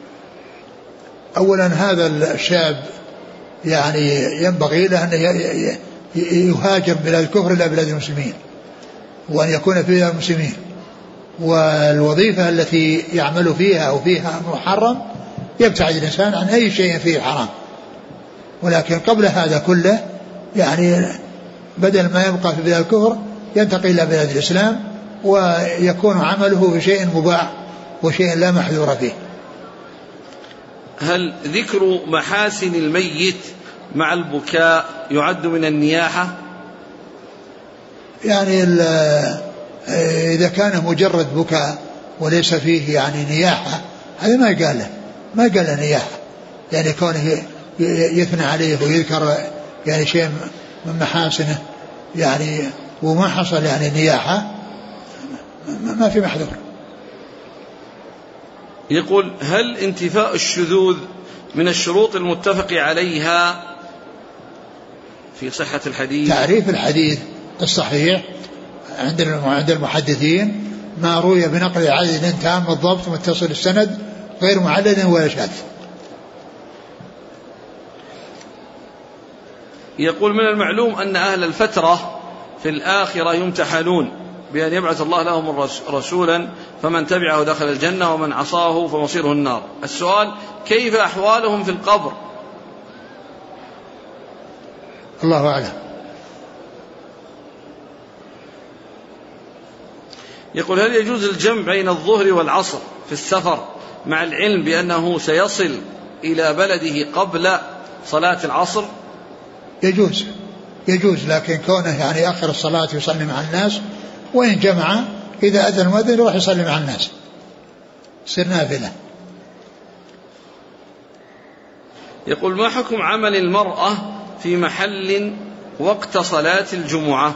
أولا هذا الشاب يعني ينبغي له أن يهاجر بلاد الكفر إلى بلاد المسلمين، وأن يكون في بلاد المسلمين، والوظيفة التي يعمل فيها أو فيها محرم يبتعد الإنسان عن أي شيء فيه حرام، ولكن قبل هذا كله يعني بدل ما يبقى في بلاد الكفر ينتقل إلى بلاد الإسلام ويكون عمله في شيء مباح وشيء لا محذور فيه. هل ذكر محاسن الميت مع البكاء يعد من النياحة؟ يعني إذا كان مجرد بكاء وليس فيه يعني نياحة هذا ما قال له ما قال له نياحة، يعني كونه يثنى عليه ويذكر يعني شيء من محاسنه يعني وما حصل يعني نياحة ما في محذور. يقول: هل انتفاء الشذوذ من الشروط المتفق عليها في صحة الحديث؟ تعريف الحديث الصحيح عند المحدثين ما روي بنقل عدد تام الضبط متصل السند غير معلل ولا شاذ. يقول: من المعلوم أن أهل الفترة في الآخرة يمتحنون بأن يبعث الله لهم رسولا فمن تبعه دخل الجنة ومن عصاه فمصيره النار. السؤال: كيف أحوالهم في القبر؟ الله أعلم. يقول: هل يجوز الجمع بين الظهر والعصر في السفر مع العلم بأنه سيصل إلى بلده قبل صلاة العصر؟ يجوز يجوز لكن كونه يعني آخر الصلاة يصلي مع الناس، وإن جمع إذا أذن المؤذن يروح يصلي مع الناس سر نافلة. يقول: ما حكم عمل المرأة في محل وقت صلاة الجمعة؟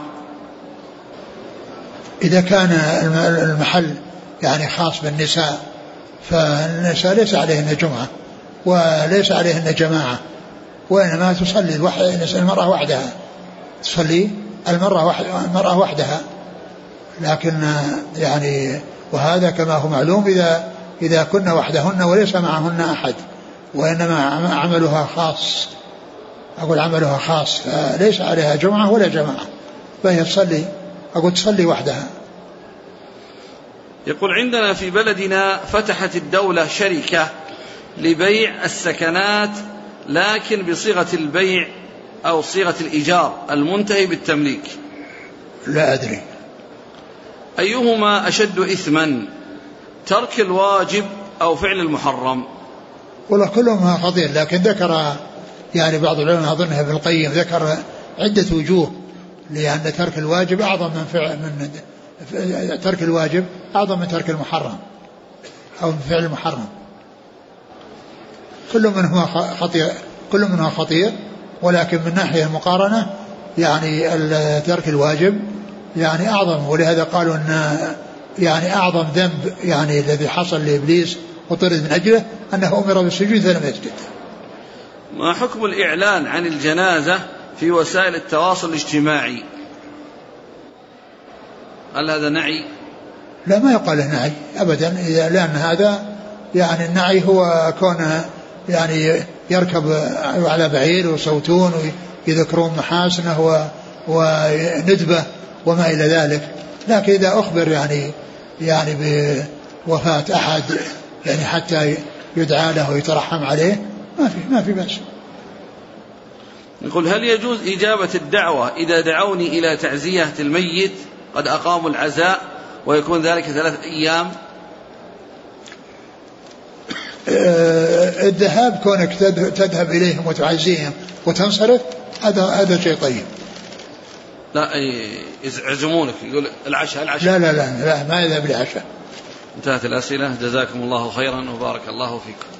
إذا كان المحل يعني خاص بالنساء فالنساء ليس عليهن جمعة وليس عليهن جماعة، وإنما تصلي المرأة وحدها تصلي المرأة وحدها، لكن يعني وهذا كما هو معلوم إذا إذا كنا وحدهن وليس معهن أحد، وإنما عملها خاص، أقول عملها خاص فليس عليها جمعة ولا جماعة، فهي تصلي أقول تصلي وحدها. يقول: عندنا في بلدنا فتحت الدولة شركة لبيع السكنات لكن بصيغة البيع أو صيغة الإيجار المنتهي بالتمليك. لا أدري أيهما أشد إثما، ترك الواجب أو فعل المحرم؟ والله كلهم خطير، لكن ذكر يعني بعض العلماء أظنها ابن القيم ذكر عدة وجوه، لأن ترك الواجب أعظم من فعل من ترك الواجب أعظم من ترك المحرم أو من فعل المحرم. كل منهما خطير كل منهما خطير ولكن من ناحية المقارنة يعني ترك الواجب يعني أعظم. ولهذا قالوا أن يعني أعظم ذنب يعني الذي حصل لإبليس وطرد من أجله أنه أمر بالسجود فلم يسجد. ما حكم الإعلان عن الجنازة في وسائل التواصل الاجتماعي؟ هل هذا نعي؟ لا، ما يقال له نعي أبدا، لأن هذا يعني النعي هو كونه يعني يركب على بعير ويصوتون ويذكرون محاسنه وندبه وما إلى ذلك. لكن إذا أخبر يعني يعني بوفاة أحد يعني حتى يدعى له ويترحم عليه ما في ما في بأس. يقول: هل يجوز إجابة الدعوة إذا دعوني إلى تعزية الميت قد أقاموا العزاء ويكون ذلك ثلاث أيام؟ الذهاب كونك تذهب إليهم وتعزيهم وتنصرف هذا هذا شيء طيب. لا يزعجمونك، يقول العشاء العشاء لا لا لا, لا ما يذهب لعشاء. انتهت الأسئلة، جزاكم الله خيرا وبارك الله فيكم.